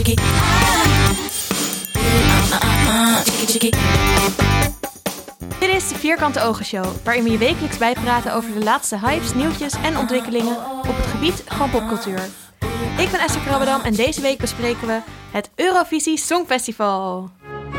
Dit is de Vierkante Ogen Show, waarin we je wekelijks bijpraten over de laatste hypes, nieuwtjes en ontwikkelingen op het gebied van popcultuur. Ik ben Esther Krabbedam en deze week bespreken we het Eurovisie Songfestival.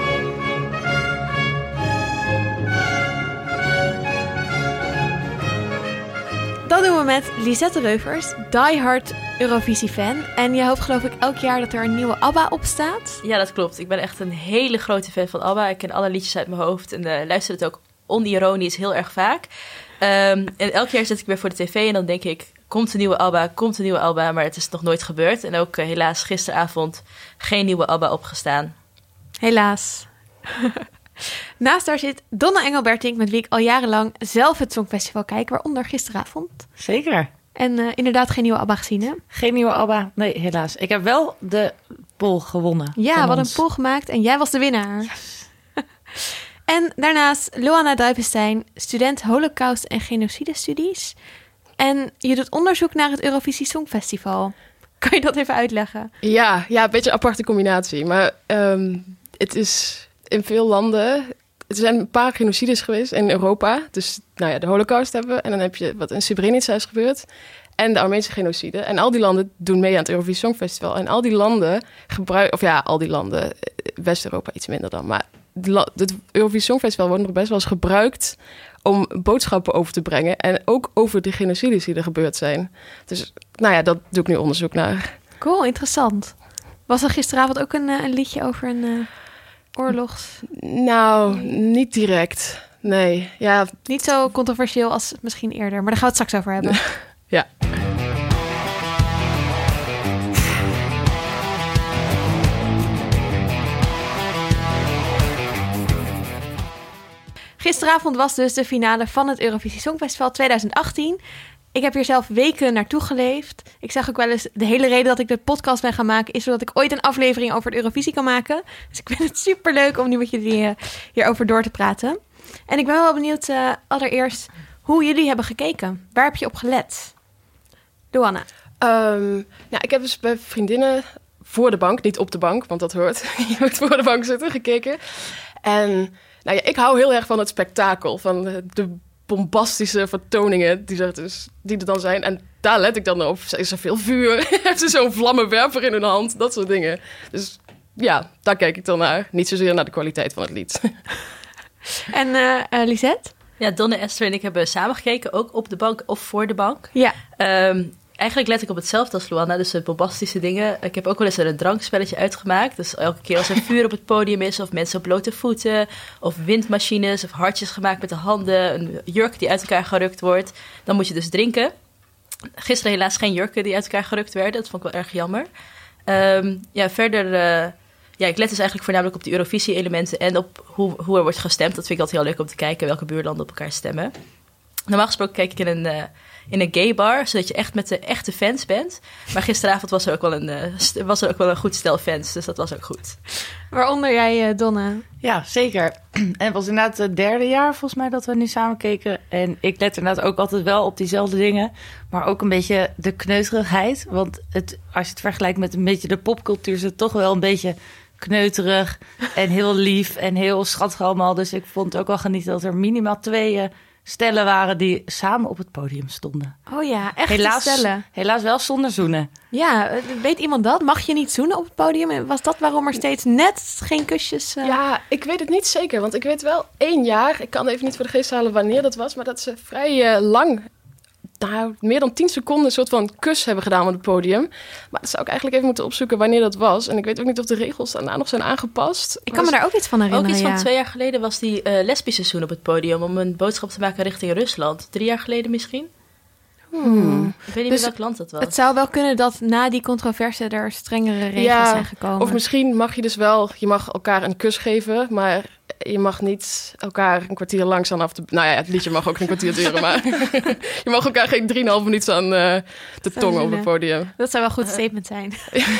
Dat doen we met Lisette Reuvers, diehard Eurovisie-fan. En je hoopt geloof ik elk jaar dat er een nieuwe ABBA op staat. Ja, dat klopt. Ik ben echt een hele grote fan van ABBA. Ik ken alle liedjes uit mijn hoofd en luister het ook onironisch heel erg vaak. En elk jaar zit ik weer voor de tv en dan denk ik, komt een nieuwe ABBA, maar het is nog nooit gebeurd. En ook helaas gisteravond geen nieuwe ABBA opgestaan. Helaas. Naast haar zit Donna Engelbertink, met wie ik al jarenlang zelf het Songfestival kijk, waaronder gisteravond. Zeker. En inderdaad geen nieuwe ABBA gezien, hè? Geen nieuwe ABBA, nee, helaas. Ik heb wel de poll gewonnen. Ja, we hadden een poll gemaakt en jij was de winnaar. Yes. En daarnaast Luana Duivenstein, student Holocaust en Genocidestudies. En je doet onderzoek naar het Eurovisie Songfestival. Kan je dat even uitleggen? Ja, een beetje een aparte combinatie. Maar het is in veel landen... Er zijn een paar genocides geweest in Europa. Dus de Holocaust hebben we. En dan heb je wat in Srebrenica is gebeurd. En de Armeense genocide. En al die landen doen mee aan het Eurovisie Songfestival. En al die landen West-Europa iets minder dan. Maar het Eurovisie Songfestival wordt nog best wel eens gebruikt om boodschappen over te brengen. En ook over de genocides die er gebeurd zijn. Dus dat doe ik nu onderzoek naar. Cool, interessant. Was er gisteravond ook een liedje over een oorlogs? Nou, niet direct. Nee, ja. Niet zo controversieel als misschien eerder. Maar daar gaan we het straks over hebben. Ja. Gisteravond was dus de finale van het Eurovisie Songfestival 2018. Ik heb hier zelf weken naartoe geleefd. Ik zeg ook wel eens, de hele reden dat ik de podcast ben gaan maken is zodat ik ooit een aflevering over het Eurovisie kan maken. Dus ik vind het superleuk om nu met jullie hierover door te praten. En ik ben wel benieuwd allereerst hoe jullie hebben gekeken. Waar heb je op gelet? Luana. Ik heb dus bij vriendinnen voor de bank, niet op de bank, want dat hoort. Je moet voor de bank zitten, gekeken. En ik hou heel erg van het spektakel, van de bombastische vertoningen die er dan zijn. En daar let ik dan op. Is er veel vuur? Heeft ze zo'n vlammenwerper in hun hand? Dat soort dingen. Dus ja, daar kijk ik dan naar. Niet zozeer naar de kwaliteit van het lied. En Lisette? Ja, Donna, Esther en ik hebben samen gekeken, ook op de bank of voor de bank. Ja. Eigenlijk let ik op hetzelfde als Luana, dus de bombastische dingen. Ik heb ook wel eens een drankspelletje uitgemaakt. Dus elke keer als er vuur op het podium is, of mensen op blote voeten, of windmachines, of hartjes gemaakt met de handen, een jurk die uit elkaar gerukt wordt, dan moet je dus drinken. Gisteren helaas geen jurken die uit elkaar gerukt werden. Dat vond ik wel erg jammer. Verder... ik let dus eigenlijk voornamelijk op de Eurovisie-elementen en op hoe er wordt gestemd. Dat vind ik altijd heel leuk om te kijken, welke buurlanden op elkaar stemmen. Normaal gesproken kijk ik in een gay bar, zodat je echt met de echte fans bent. Maar gisteravond was er ook wel een goed stel fans, dus dat was ook goed. Waaronder jij, Donna? Ja, zeker. En het was inderdaad het derde jaar volgens mij dat we nu samen keken. En ik let inderdaad ook altijd wel op diezelfde dingen. Maar ook een beetje de kneuterigheid. Want als je het vergelijkt met een beetje de popcultuur, is het toch wel een beetje kneuterig en heel lief en heel schattig allemaal. Dus ik vond het ook wel genieten dat er minimaal 2 stellen waren die samen op het podium stonden. Oh ja, echt stellen. Helaas wel zonder zoenen. Ja, weet iemand dat? Mag je niet zoenen op het podium? En was dat waarom er steeds net geen kusjes... Ja, ik weet het niet zeker, want ik weet wel 1 jaar... Ik kan even niet voor de geest halen wanneer dat was, maar dat ze vrij lang... meer dan 10 seconden een soort van kus hebben gedaan op het podium. Maar dat zou ik eigenlijk even moeten opzoeken wanneer dat was. En ik weet ook niet of de regels daarna nog zijn aangepast. Ik kan me daar ook iets van herinneren. Ook iets van 2 jaar geleden was die lesbische zoen op het podium om een boodschap te maken richting Rusland. 3 jaar geleden misschien? Ik weet niet meer welk land dat was. Het zou wel kunnen dat na die controverse er strengere regels zijn gekomen. Of misschien mag je dus wel... Je mag elkaar een kus geven, maar je mag niet elkaar een kwartier lang staan af te... Nou ja, het liedje mag ook een kwartier duren, maar... je mag elkaar geen 3,5 minuten aan de tong op het podium. Dat zou wel een goed statement zijn.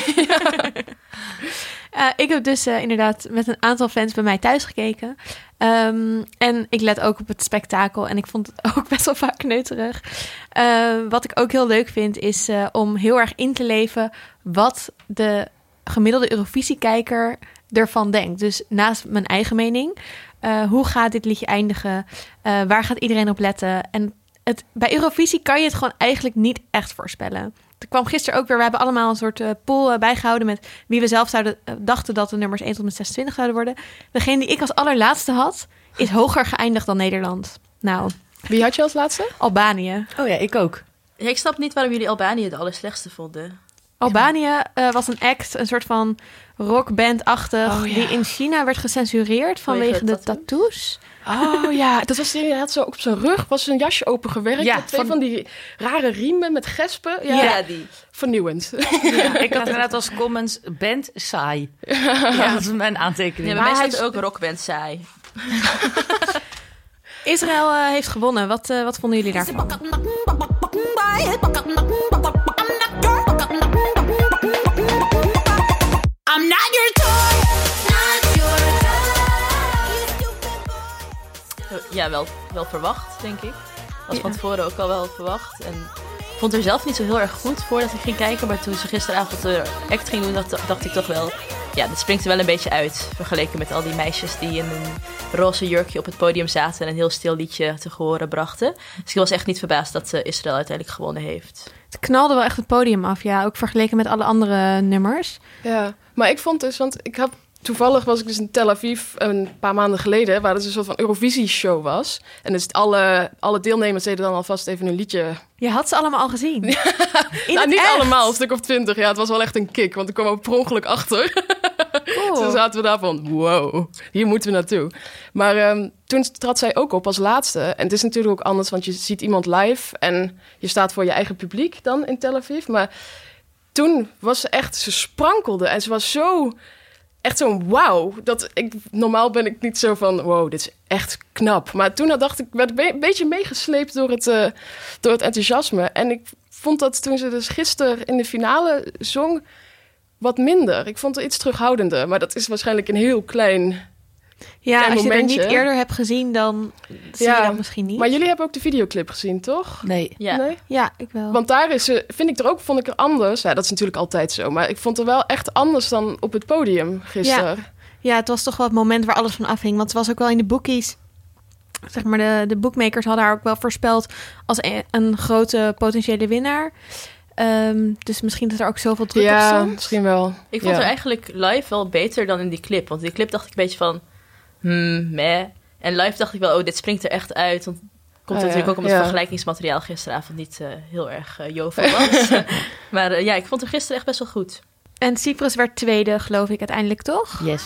Ik heb dus inderdaad met een aantal fans bij mij thuis gekeken. En ik let ook op het spektakel. En ik vond het ook best wel vaak kneuterig. Wat ik ook heel leuk vind is om heel erg in te leven wat de gemiddelde Eurovisie-kijker ervan denkt. Dus naast mijn eigen mening, hoe gaat dit liedje eindigen? Waar gaat iedereen op letten? En bij Eurovisie kan je het gewoon eigenlijk niet echt voorspellen. Er kwam gisteren ook weer, we hebben allemaal een soort poll bijgehouden met wie we zelf dachten dat de nummers 1 tot en met 26 zouden worden. Degene die ik als allerlaatste had, is hoger geëindigd dan Nederland. Nou, Wie had je als laatste? Albanië. Oh ja, ik ook. Ja, ik snap niet waarom jullie Albanië de allerslechtste vonden. Albanië was een act, een soort van rockband-achtig, Oh, ja. die in China werd gecensureerd vanwege de tattoos. Oh ja, dat was hij had zo op zijn rug was zijn jasje opengewerkt. Ja, Met twee van die rare riemen met gespen. Ja, die. Vernieuwend. Ik had inderdaad als comments band saai. Ja, dat is mijn aantekening. Ja, bij mij staat ook rockband saai. Israël heeft gewonnen. Wat vonden jullie daarvan? I'm not your toy, not your toy. Ja, wel verwacht, denk ik. Was van tevoren ook al wel verwacht. En ik vond er zelf niet zo heel erg goed voordat ik ging kijken. Maar toen ze gisteravond de act ging doen, dacht ik toch wel... Ja, dit springt er wel een beetje uit. Vergeleken met al die meisjes die in een roze jurkje op het podium zaten... en een heel stil liedje te horen brachten. Dus ik was echt niet verbaasd dat Israël uiteindelijk gewonnen heeft. Het knalde wel echt het podium af, ja. Ook vergeleken met alle andere nummers. Ja, maar ik vond dus, want toevallig was ik dus in Tel Aviv een paar maanden geleden, waar het een soort van Eurovisie-show was. En dus alle deelnemers deden dan alvast even een liedje. Je had ze allemaal al gezien. Nou, niet allemaal, een stuk of 20. Ja, het was wel echt een kick, want ik kwam ook per ongeluk achter. Cool. Toen zaten we daar van, wow, hier moeten we naartoe. Maar toen trad zij ook op als laatste. En het is natuurlijk ook anders, want je ziet iemand live en je staat voor je eigen publiek dan in Tel Aviv. Maar toen was ze echt, ze sprankelde en ze was zo... Echt zo'n wauw. Normaal ben ik niet zo van, wow, dit is echt knap. Maar toen dacht ik, werd een beetje meegesleept door het enthousiasme. En ik vond dat toen ze dus gisteren in de finale zong, wat minder. Ik vond het iets terughoudender. Maar dat is waarschijnlijk een heel klein Ja, als je er momentje. niet eerder hebt gezien, dan zie je dat misschien niet. Maar jullie hebben ook de videoclip gezien, toch? Nee. Ja. Nee? Ja, ik wel. Want daar vond ik er anders. Ja, dat is natuurlijk altijd zo. Maar ik vond er wel echt anders dan op het podium gisteren. Ja, het was toch wel het moment waar alles van afhing. Want het was ook wel in de bookies. Zeg maar, de bookmakers hadden haar ook wel voorspeld als een grote potentiële winnaar. Dus misschien dat er ook zoveel druk op Ja, stond. misschien wel. Ik vond Ja. haar eigenlijk live wel beter dan in die clip. Want in die clip dacht ik een beetje van... meh. En live dacht ik wel, dit springt er echt uit. Want het komt natuurlijk ook omdat het vergelijkingsmateriaal gisteravond niet heel erg jovel was. Maar ik vond hem gisteren echt best wel goed. En Cyprus werd tweede, geloof ik, uiteindelijk toch? Yes.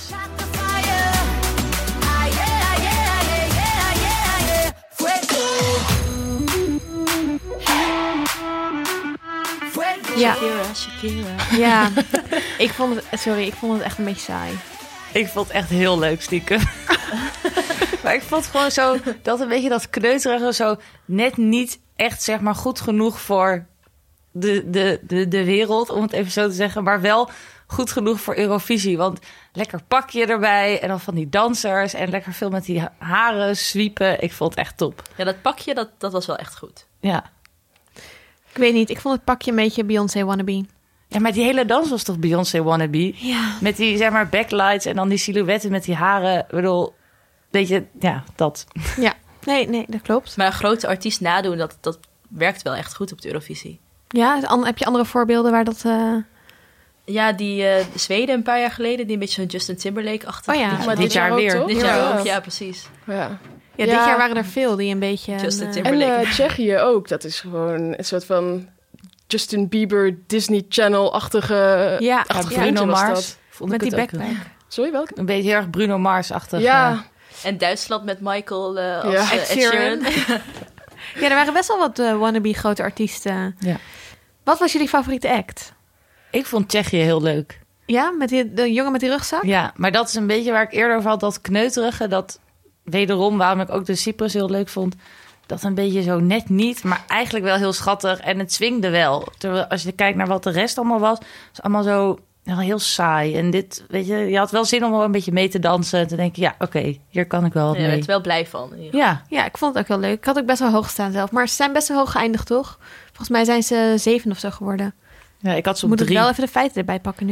Ja. Shakira. Ja. ik vond het echt een beetje saai. Ik vond het echt heel leuk, stiekem. Maar ik vond gewoon zo dat een beetje dat kneuterige zo net niet echt, zeg maar, goed genoeg voor de wereld, om het even zo te zeggen. Maar wel goed genoeg voor Eurovisie. Want lekker pakje erbij en dan van die dansers en lekker veel met die haren zwiepen. Ik vond het echt top. Ja, dat pakje, dat was wel echt goed. Ja. Ik weet niet, ik vond het pakje een beetje Beyoncé wannabe. Ja, maar die hele dans was toch Beyoncé wannabe? Ja. Met die, zeg maar, backlights en dan die silhouetten met die haren. Ik bedoel, weet je, ja, dat. Ja, nee, dat klopt. Maar een grote artiest nadoen, dat werkt wel echt goed op de Eurovisie. Ja, heb je andere voorbeelden waar dat... Ja, die Zweden een paar jaar geleden, die een beetje zo'n Justin Timberlake-achtig. Oh ja. liedje Maar dit jaar ook, weer. toch? Dit jaar Ja. ook, ja, precies. Ja. Ja, Ja. dit jaar waren er veel die een beetje... Justin En Timberlake. Tsjechië ook. Dat is gewoon een soort van Justin Bieber, Disney Channel-achtige... Ja, achtig ja, vriendje Bruno was Mars. dat. Vond met ik die het ook backpack. Sorry, welke? een beetje heel erg Bruno Mars-achtig. Ja, En Duitsland met Michael als Ja. Ed Sheeran. Ja, er waren best wel wat wannabe grote artiesten. Ja. Wat was jullie favoriete act? Ik vond Tsjechië heel leuk. Ja, met de jongen met die rugzak? Ja, maar dat is een beetje waar ik eerder over had. Dat kneuterige, dat wederom, waarom ik ook de Cyprus heel leuk vond. Dat een beetje zo net niet, maar eigenlijk wel heel schattig. En het swingde wel. Terwijl als je kijkt naar wat de rest allemaal was, is allemaal zo heel saai. En dit, weet je had wel zin om wel een beetje mee te dansen. En te denken, ja, oké, hier kan ik wel wat Ja, ik mee. ben er wel blij van. in ieder geval. Ja, Ja, ik vond het ook heel leuk. Ik had ook best wel hoog staan zelf. Maar ze zijn best wel hoog geëindigd, toch? Volgens mij zijn ze 7 of zo geworden. ja, ik had ze We op moeten 3. wel even de feiten erbij pakken nu.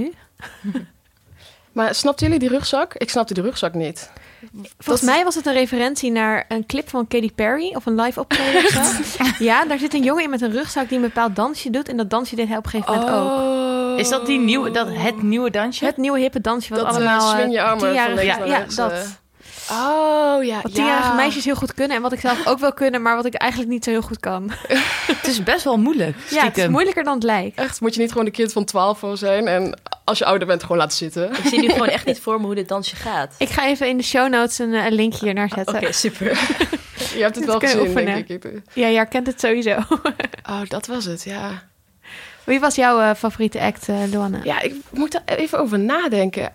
Maar snapten jullie die rugzak? Ik snapte die rugzak niet. Volgens mij was het een referentie naar een clip van Katy Perry of een live optreden of zo. Ja, daar zit een jongen in met een rugzak die een bepaald dansje doet. En dat dansje deed hij op een gegeven moment ook. Is dat het nieuwe dansje? Het nieuwe hippe dansje wat Dat allemaal swing je armen van tienjarige, links naar ja, rechts, dat. Oh, ja. Wat tienjarige meisjes heel goed kunnen en wat ik zelf ook wel kunnen, maar wat ik eigenlijk niet zo heel goed kan. Het is best wel moeilijk, Ja, het is stiekem. moeilijker dan het lijkt. Echt, moet je niet gewoon een kind van 12 voor zijn en als je ouder bent gewoon laten zitten? Ik zie nu gewoon echt niet voor me hoe dit dansje gaat. Ik ga even in de show notes een linkje hier naar zetten. Oké, super. Je hebt het wel kunnen gezien, oefenen. denk ik. Ja, je herkent het sowieso. Oh, dat was het, ja. Wie was jouw favoriete act, Luanne? Ja, ik moet daar even over nadenken.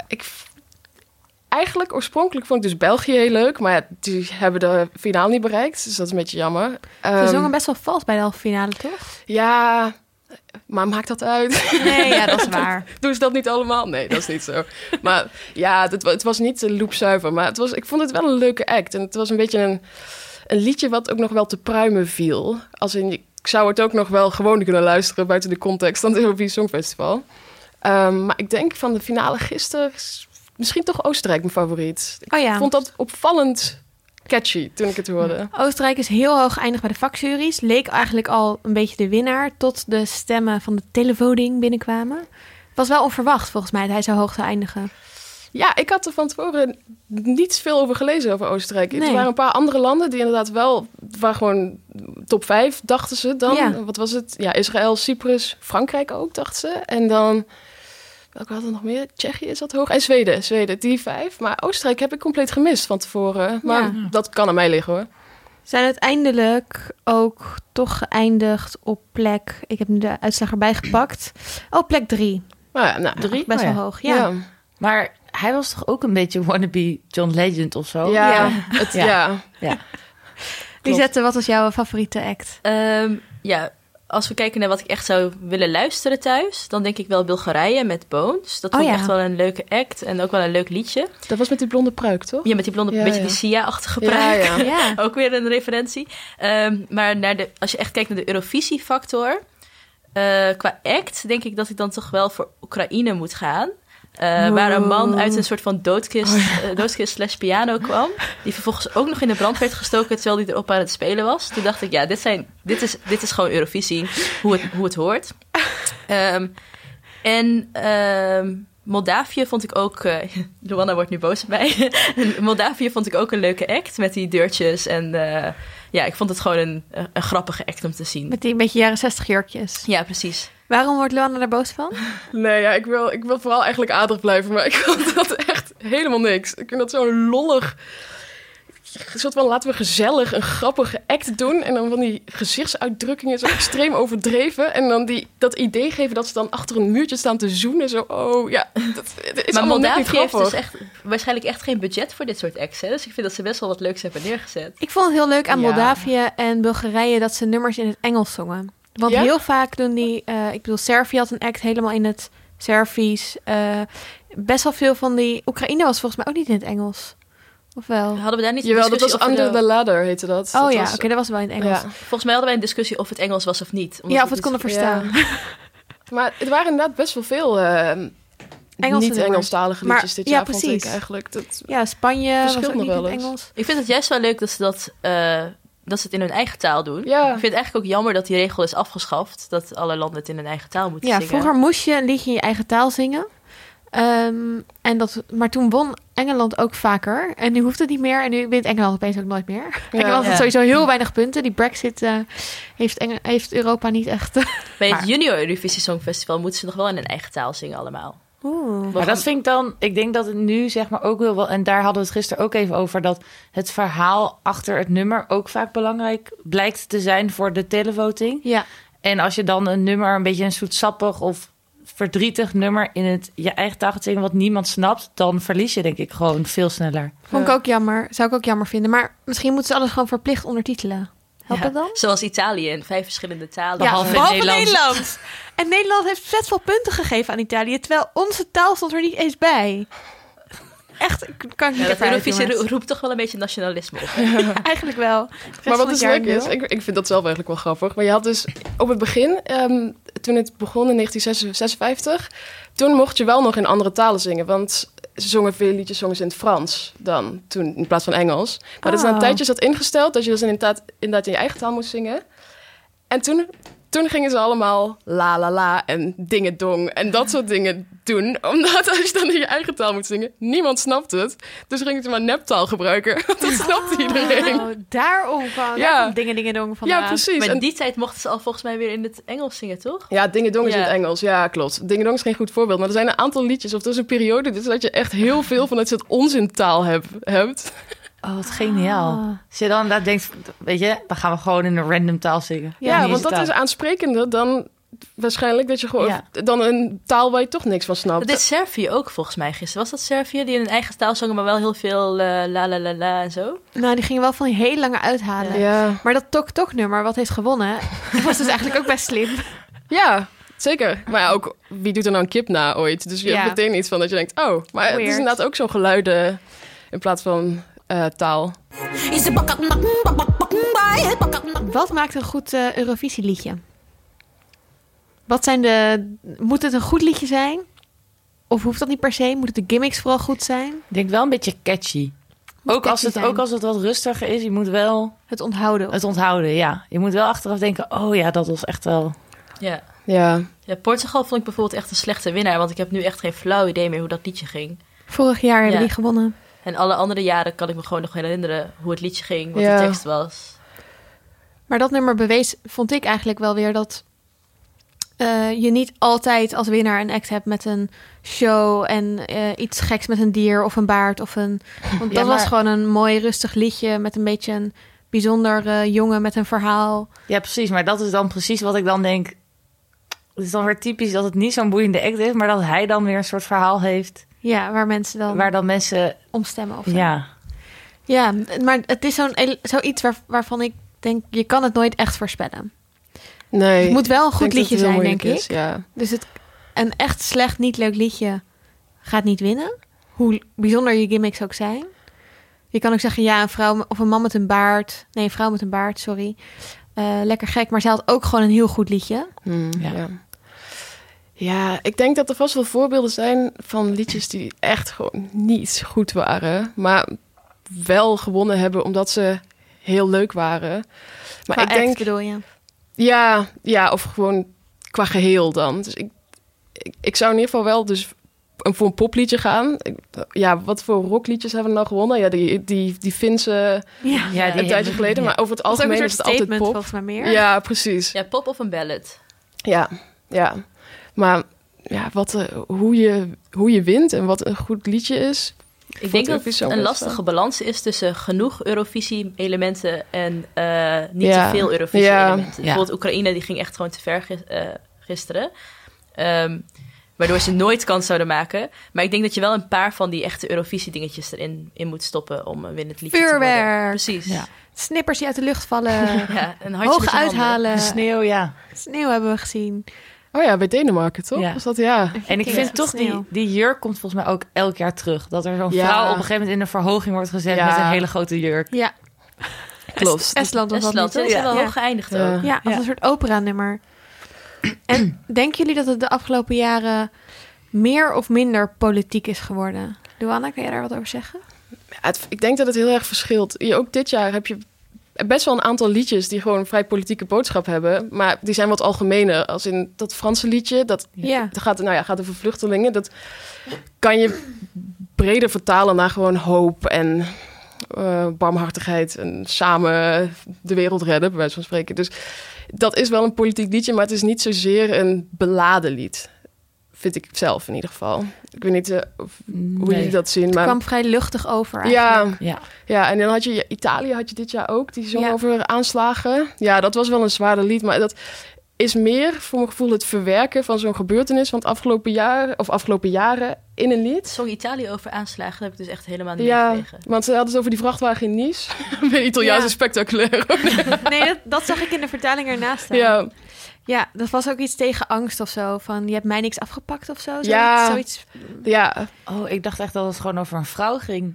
Eigenlijk, oorspronkelijk vond ik dus België heel leuk, maar ja, die hebben de finale niet bereikt, dus dat is een beetje jammer. Ze zongen best wel vals bij de halve finale, toch? Ja, maar maakt dat uit? Nee, ja, dat is waar. Doen ze dat niet allemaal? Nee, dat is niet zo. Maar ja, het was niet loepzuiver, maar ik vond het wel een leuke act. En het was een beetje een liedje wat ook nog wel te pruimen viel. Als in, ik zou het ook nog wel gewoon kunnen luisteren buiten de context van het Eurovisie Songfestival. Maar ik denk van de finale gisteren is misschien toch Oostenrijk mijn favoriet. Oh ja. Ik vond dat opvallend catchy toen ik het hoorde. Oostenrijk is heel hoog geëindigd bij de vakjuries. Leek eigenlijk al een beetje de winnaar tot de stemmen van de televoting binnenkwamen. Het was wel onverwacht volgens mij dat hij zo hoog zou eindigen. Ja, ik had er van tevoren niet veel over gelezen over Oostenrijk. Nee. Er waren een paar andere landen die inderdaad wel... waren gewoon top 5, dachten ze dan. Ja. Wat was het? Ja, Israël, Cyprus, Frankrijk ook, dachten ze. En dan... welke hadden we nog meer? Tsjechië is dat hoog. En Zweden, die 5. Maar Oostenrijk heb ik compleet gemist van tevoren. Maar Ja. dat kan aan mij liggen, hoor. Zijn uiteindelijk ook toch geëindigd op plek... Ik heb nu de uitslag erbij gepakt. Oh, plek 3. Maar ja, nou, 3? Best Oh ja. wel hoog, ja. Maar hij was toch ook een beetje wannabe John Legend of zo? Ja, Ja. ja. Lisette, wat was jouw favoriete act? Ja, als we kijken naar wat ik echt zou willen luisteren thuis, dan denk ik wel Bulgarije met Bones. Dat vond ik ja. echt wel een leuke act en ook wel een leuk liedje. Dat was met die blonde pruik, toch? Ja, met die blonde, Ja, beetje ja. die Sia-achtige Ja, pruik. ja. Ja. Ook weer een referentie. Maar als je echt kijkt naar de Eurovisie-factor, qua act denk ik dat ik dan toch wel voor Oekraïne moet gaan. Waar een man uit een soort van doodkist slash piano kwam. Die vervolgens ook nog in de brand werd gestoken terwijl hij erop aan het spelen was. Toen dacht ik, ja, dit is gewoon Eurovisie. Hoe het hoort. Moldavië vond ik ook... Luanna wordt nu boos op mij. Moldavië vond ik ook een leuke act met die deurtjes. En ik vond het gewoon een grappige act om te zien. Met die een beetje jaren 60 jurkjes. Ja, precies. Waarom wordt Luanne daar boos van? Nee, ja, ik wil vooral eigenlijk aardig blijven, maar ik vond dat echt helemaal niks. Ik vind dat zo lollig. Een soort van, laten we gezellig een grappige act doen en dan van die gezichtsuitdrukkingen zo extreem overdreven en dan dat idee geven dat ze dan achter een muurtje staan te zoenen. Zo, oh ja, het is Maar allemaal net niet Moldavië heeft grappig. dus echt waarschijnlijk echt geen budget voor dit soort acts. Hè? Dus ik vind dat ze best wel wat leuks hebben neergezet. Ik vond het heel leuk aan Ja. Moldavië en Bulgarije dat ze nummers in het Engels zongen. Want Ja? heel vaak doen die... Servië had een act helemaal in het Servisch. Best wel veel van die... Oekraïne was volgens mij ook niet in het Engels. Of wel? Hadden we daar niet een Jawel, dat discussie was over Under the Ladder, heette dat. Oh Dat ja, was- oké, dat was wel in het Engels. Ja. Volgens mij hadden wij een discussie of het Engels was of niet. Omdat Ja, of we het niet- konden verstaan. Maar er waren inderdaad best wel veel Engelse niet-Engelstalige nummers. liedjes dit Maar- ja, jaar, vond precies. ik eigenlijk. Dat, Ja, Spanje was Verschilt ook nog niet in wel het eens. Engels. Ik vind het juist wel leuk dat ze het in hun eigen taal doen. ja. Ik vind het eigenlijk ook jammer dat die regel is afgeschaft. Dat alle landen het in hun eigen taal moeten Ja, zingen. vroeger moest je een liedje in je eigen taal zingen. Maar toen won Engeland ook vaker. En nu hoeft het niet meer. En nu wint Engeland opeens ook nooit meer. Engeland had Ja. sowieso heel weinig punten. Die Brexit heeft Europa niet echt... Bij het Maar- Junior Eurovisie Songfestival moeten ze nog wel in hun eigen taal zingen allemaal. Oeh. Maar dat vind ik dan... Ik denk dat het nu zeg maar ook wel... En daar hadden we het gisteren ook even over... dat het verhaal achter het nummer ook vaak belangrijk blijkt te zijn voor de televoting. Ja, En als je dan een nummer, een beetje een zoetsappig of verdrietig nummer in je eigen taal gaat zingen wat niemand snapt, dan verlies je denk ik gewoon veel sneller. vond ik ook jammer. Zou ik ook jammer vinden. Maar misschien moeten ze alles gewoon verplicht ondertitelen. Helpt Ja, dat dan? Zoals Italië in 5 verschillende talen. Behalve behalve Nederlands. Nederland. En Nederland heeft vet veel punten gegeven aan Italië. Terwijl onze taal stond er niet eens bij. echt, kan ik niet Ja, dat even uit, Eurovisie jongens. roept toch wel een beetje nationalisme op. Eigenlijk wel. Maar wat dus dus leuk is, ik vind dat zelf eigenlijk wel grappig. Maar je had dus op het begin, toen het begon in 1956... toen mocht je wel nog in andere talen zingen. Want ze zongen veel liedjes zongen ze in het Frans dan, toen in plaats van Engels. Maar dat is na een tijdje dat ingesteld, dat je dus inderdaad in je eigen taal moest zingen. En toen gingen ze allemaal la la la en dingedong en dat soort dingen doen. Omdat als je dan in je eigen taal moet zingen, niemand snapt het. Dus gingen ze maar neptaal gebruiken. Want dat snapte iedereen. Oh, daarom kwam Ja. dingen dong vandaan. Ja, precies. Maar En in die tijd mochten ze al volgens mij weer in het Engels zingen, toch? ja, dingedong is in Ja. het Engels. Ja, klopt. Dingedong is geen goed voorbeeld. Maar er zijn een aantal liedjes, of er is een periode... dus dat je echt heel veel van dat soort onzintaal hebt. Oh, wat geniaal. Als je dan inderdaad denkt, weet je, dan gaan we gewoon in een random taal zingen. Ja, In want deze dat is taal. aansprekender dan waarschijnlijk dat je gewoon... Ja. dan een taal waar je toch niks van snapt. Dat is Servië ook volgens mij gisteren. Was dat Servië die in hun eigen taal zongen, maar wel heel veel la la la la en zo? Nou, die gingen wel van die hele lange uithalen. Ja. Maar dat tok-tok-nummer, wat heeft gewonnen, was dus eigenlijk ook best slim. Ja, zeker. Maar ja, ook, wie doet er nou een kip na ooit? Dus je Ja. hebt meteen iets van dat je denkt... oh, maar het is Weird. inderdaad ook zo'n geluiden in plaats van taal. Wat maakt een goed Eurovisieliedje? Moet het een goed liedje zijn? Of hoeft dat niet per se? Moeten de gimmicks vooral goed zijn? Ik denk wel een beetje catchy. Ook als, catchy het, zijn. wat rustiger is, je moet wel Het onthouden. het onthouden, ja. Je moet wel achteraf denken, oh ja, dat was echt wel... Ja. Ja. Ja, Portugal vond ik bijvoorbeeld echt een slechte winnaar, want ik heb nu echt geen flauw idee meer hoe dat liedje ging. Vorig jaar hebben Ja. die gewonnen. En alle andere jaren kan ik me gewoon nog herinneren hoe het liedje ging, wat Ja. de tekst was. Maar dat nummer bewees, vond ik eigenlijk wel weer dat je niet altijd als winnaar een act hebt met een show en iets geks met een dier of een baard of een. Want dat Ja, maar- was gewoon een mooi rustig liedje met een beetje een bijzonder jongen met een verhaal. Ja, precies. Maar dat is dan precies wat ik dan denk. Het is dan weer typisch dat het niet zo'n boeiende act is, maar dat hij dan weer een soort verhaal heeft. Ja, waar mensen dan Waar dan mensen... omstemmen of zo. Ja, Ja, maar het is zoiets waarvan ik denk, je kan het nooit echt voorspellen. Nee. Het moet wel een ik goed denk dat liedje het heel zijn, denk moeilijk ik. is, ja. Dus een echt slecht, niet leuk liedje gaat niet winnen. Hoe bijzonder je gimmicks ook zijn. Je kan ook zeggen, ja, een vrouw of een man met een baard. Nee, een vrouw met een baard, sorry. Lekker gek, maar zij had ook gewoon een heel goed liedje. Ja. Ja. Ja, ik denk dat er vast wel voorbeelden zijn van liedjes die echt gewoon niet goed waren. Maar wel gewonnen hebben omdat ze heel leuk waren. Maar Qua ik denk... act bedoel je? Ja, of gewoon qua geheel dan. Dus ik zou in ieder geval wel dus voor een popliedje gaan. Ja, wat voor rockliedjes hebben we nou gewonnen? Ja, die Finse Ja, ja een tijdje geleden. Maar over het dat is ook algemeen een is soort het altijd statement pop. volgens mij meer. Ja, precies. Ja, pop of een ballad. Ja. Maar ja, hoe je wint en wat een goed liedje is. Ik denk dat Eurovisie het een Songfestival. lastige balans is tussen genoeg Eurovisie-elementen en niet Ja. te veel Eurovisie-elementen. Ja. Bijvoorbeeld Oekraïne, die ging echt gewoon te ver gisteren. Waardoor ze nooit kans zouden maken. Maar ik denk dat je wel een paar van die echte Eurovisie-dingetjes erin moet stoppen om een winnend liedje te worden. Vuurwerk. Precies. Ja. Snippers die uit de lucht vallen. Ja, een hartje Hoog met je handen. uithalen. de sneeuw, ja. Sneeuw hebben we gezien. Oh ja, bij Denemarken, toch? Ja. Was dat, ja. En ik Ja, vind toch, sneeuw. die jurk komt volgens mij ook elk jaar terug. Dat er zo'n Ja. vrouw op een gegeven moment in een verhoging wordt gezet Ja. met een hele grote jurk. Ja, Klopt. Estland was dat Estland, niet, ze toch? zijn wel Ja. hoog geëindigd Ja. ook. Ja, als een soort operanummer. En denken jullie dat het de afgelopen jaren meer of minder politiek is geworden? Luana, kan jij daar wat over zeggen? Ja, ik denk dat het heel erg verschilt. Ook dit jaar heb je best wel een aantal liedjes die gewoon een vrij politieke boodschap hebben. Maar die zijn wat algemener. Als in dat Franse liedje, dat gaat over vluchtelingen. Dat kan je breder vertalen naar gewoon hoop en barmhartigheid. En samen de wereld redden, bij wijze van spreken. Dus dat is wel een politiek liedje, maar het is niet zozeer een beladen lied. Vind ik zelf in ieder geval. Ik weet niet hoe jullie dat zien. Het Maar kwam vrij luchtig over eigenlijk. Ja. ja, en dan had je Italië had je dit jaar ook. Die zong Ja. over aanslagen. Ja, dat was wel een zwaarder lied. Maar dat is meer, voor mijn gevoel, het verwerken van zo'n gebeurtenis van het afgelopen jaren in een lied. Zong Italië over aanslagen, dat heb ik dus echt helemaal niet Ja, meegekregen. want ze hadden het over die vrachtwagen in Nice. Bij Italiaanse Ja. spectaculair. Nee, dat zag ik in de vertaling ernaast staan. Ja, Ja, dat was ook iets tegen angst of zo. Van, je hebt mij niks afgepakt of zo. Ja. Zoiets. Ja, Oh, ik dacht echt dat het gewoon over een vrouw ging.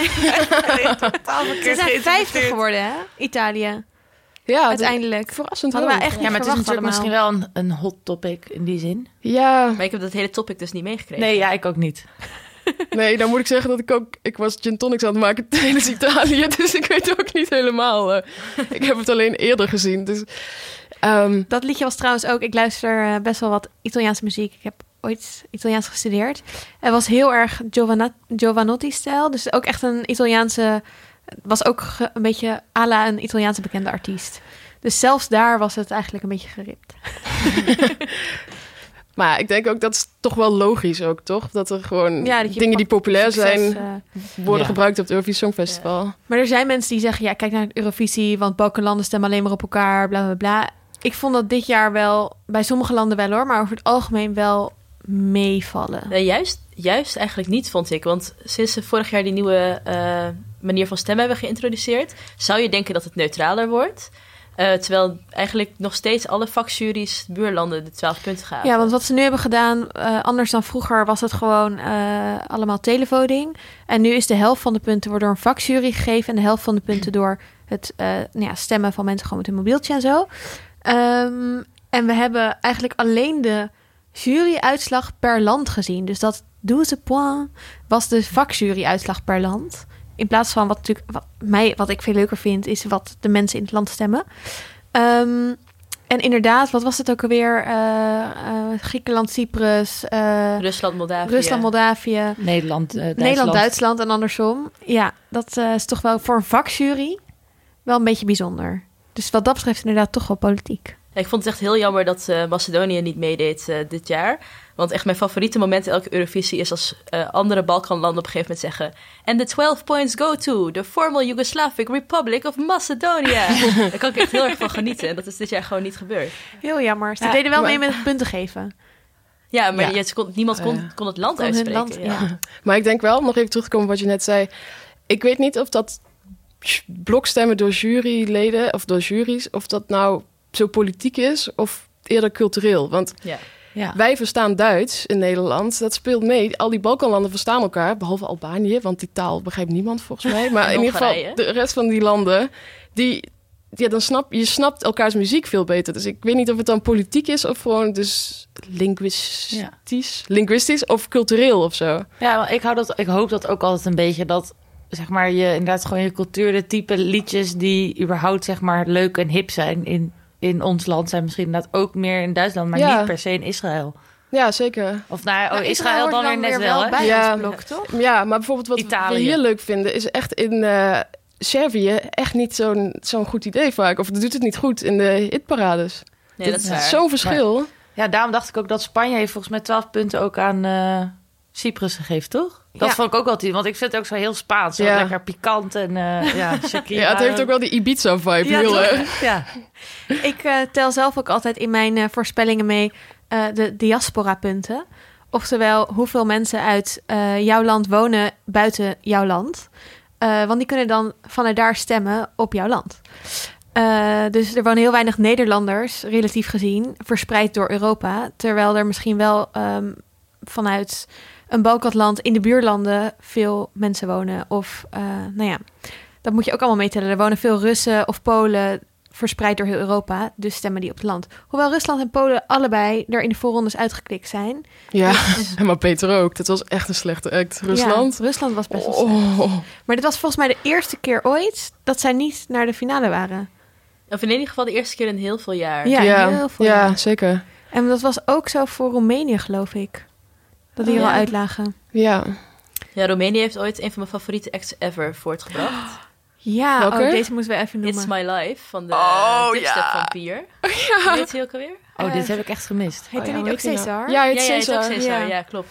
Ze zijn 50 geworden, hè? Italië. ja Uiteindelijk. verrassend Hadden hoog. we echt niet Ja, maar het is verwacht natuurlijk allemaal. misschien wel een hot topic in die zin. Ja, Maar ik heb dat hele topic dus niet meegekregen. Nee, ja, ik ook niet. nee, dan moet ik zeggen dat ik was gin tonics aan het maken tijdens Italië. Dus ik weet ook niet helemaal. Ik heb het alleen eerder gezien. Dus, Dat liedje was trouwens ook... Ik luister best wel wat Italiaanse muziek. Ik heb ooit Italiaans gestudeerd. Het was heel erg Giovanotti-stijl. Dus ook echt een Italiaanse... Was ook een beetje à la een Italiaanse bekende artiest. Dus zelfs daar was het eigenlijk een beetje geript. maar ik denk ook dat is toch wel logisch ook, toch? Dat er gewoon Ja, dat je dingen die populair Succes, zijn... worden Ja. gebruikt op het Eurovisie Songfestival. Maar er zijn mensen die zeggen... Ja, kijk naar het Eurovisie... Want Balkanlanden stemmen alleen maar op elkaar. Bla, bla, bla. Ik vond dat dit jaar wel... Bij sommige landen wel hoor. Maar over het algemeen wel meevallen. Nee, juist eigenlijk niet, vond ik. Want sinds ze vorig jaar die nieuwe manier van stemmen hebben geïntroduceerd... zou je denken dat het neutraler wordt. Terwijl eigenlijk nog steeds alle vakjuries buurlanden de 12 punten gaven. Ja, want wat ze nu hebben gedaan, anders dan vroeger, was het gewoon allemaal televoting. En nu is de helft van de punten wordt door een vakjury gegeven en de helft van de punten door het stemmen van mensen gewoon met een mobieltje en zo. En we hebben eigenlijk alleen de juryuitslag per land gezien. Dus dat 12 points was de vakjuryuitslag per land. In plaats van wat ik veel leuker vind, is wat de mensen in het land stemmen. En inderdaad, wat was het ook alweer? Griekenland, Cyprus, Rusland, Moldavië. Nederland, Nederland, Duitsland en andersom. Ja, dat is toch wel voor een vakjury wel een beetje bijzonder. Dus wat dat betreft inderdaad toch wel politiek. Ja, ik vond het echt heel jammer dat Macedonië niet meedeed dit jaar. Want echt mijn favoriete moment in elke Eurovisie is als andere Balkanlanden op een gegeven moment zeggen... And the 12 points go to the former Yugoslavic Republic of Macedonia. Daar kan ik echt heel erg van genieten. En dat is dit jaar gewoon niet gebeurd. Heel jammer. Ze Ja, deden wel maar- mee met het punten geven. Ja, maar Ja. niemand kon het land Kon hun uitspreken. land, ja. Maar ik denk wel, nog even terugkomen op wat je net zei... Ik weet niet of dat blokstemmen door juryleden of door juries... of dat nou zo politiek is of eerder cultureel. Want Ja. wij verstaan Duits in Nederland. Dat speelt mee. Al die Balkanlanden verstaan elkaar, behalve Albanië... want die taal begrijpt niemand volgens mij. Maar En in ieder geval Hongarije. de rest van die landen... dan snapt elkaars muziek veel beter. Dus ik weet niet of het dan politiek is... of gewoon dus linguistisch of cultureel of zo. Ja, maar ik hoop dat ook altijd een beetje dat, zeg maar, je inderdaad gewoon je cultuur, de type liedjes die überhaupt, zeg maar, leuk en hip zijn in ons land, zijn misschien inderdaad ook meer in Duitsland, maar Ja. niet per se in Israël. Ja, zeker. Of nou, Nou, Israël hoort dan weer net wel, hè? bij Ja. ons blok, toch? Ja, maar bijvoorbeeld wat Italië. we hier leuk vinden... is echt in Servië echt niet zo'n goed idee vaak. Of doet het niet goed in de hitparades. Nee, dat is waar. Zo'n verschil. Ja, daarom dacht ik ook dat Spanje heeft volgens mij 12 punten ook aan Cyprus gegeven, toch? Dat Ja. vond ik ook altijd, want ik vind het ook zo heel Spaans. Zo Ja. lekker pikant en Shakira. Ja, het heeft ook wel die Ibiza-vibe. Ja, heel toch? erg. Ja. Ik tel zelf ook altijd in mijn voorspellingen mee de diaspora-punten. Oftewel, hoeveel mensen uit jouw land wonen buiten jouw land. Want die kunnen dan vanuit daar stemmen op jouw land. Dus er wonen heel weinig Nederlanders, relatief gezien, verspreid door Europa. Terwijl er misschien wel vanuit een Balkanland in de buurlanden veel mensen wonen. Of, dat moet je ook allemaal meetellen. Er wonen veel Russen of Polen verspreid door heel Europa. Dus stemmen die op het land. Hoewel Rusland en Polen allebei er in de voorrondes uitgeklikt zijn. Ja, maar Peter ook. Dat was echt een slechte act. Rusland. Ja, Rusland was best wel slecht. Oh. Maar dit was volgens mij de eerste keer ooit dat zij niet naar de finale waren. Of in ieder geval de eerste keer in heel veel jaar. Ja, Ja, heel veel. ja, zeker. En dat was ook zo voor Roemenië, geloof ik. Dat die er Oh, al ja. uitlagen. Ja. Ja, Roemenië heeft ooit een van mijn favoriete acts ever voortgebracht. Ja, Welke? deze moeten we even noemen. It's My Life van de Oh, dubstep ja. van Pier. Hoe heet hij ook alweer? Oh, dit heb ik echt gemist. Heet Oh, hij ja, niet hoe ook heet die nou? Cesar? Ja, het Ja, is ja, het is ook Cesar. Cesar. Ja. Ja, klopt.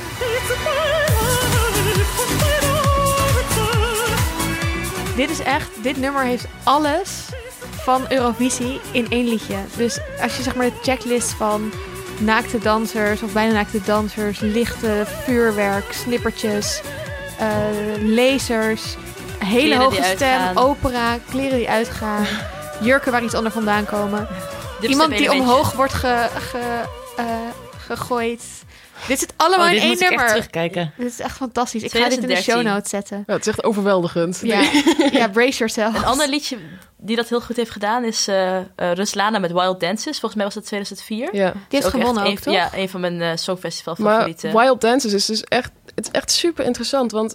Dit nummer heeft alles van Eurovisie in één liedje. Dus als je zeg maar de checklist van naakte dansers of bijna naakte dansers, lichten, vuurwerk, slippertjes, lasers, hele Kleren die hoge stem, uitgaan. opera, kleren die uitgaan, jurken waar iets onder vandaan komen. Iemand die elementje. omhoog wordt gegooid. Dit zit allemaal in dit één moet ik echt nummer. terugkijken. Dit is echt fantastisch. Ik ga dit in de 2013. show notes zetten. Ja, het is echt overweldigend. Ja, ja, brace yourself. Een ander liedje die dat heel goed heeft gedaan is Ruslana met Wild Dances. Volgens mij was dat 2004. Ja. Die heeft Is gewonnen echt ook, toch? Ja, een van mijn songfestival Maar favorieten. Wild Dances is dus echt, het is echt super interessant. Want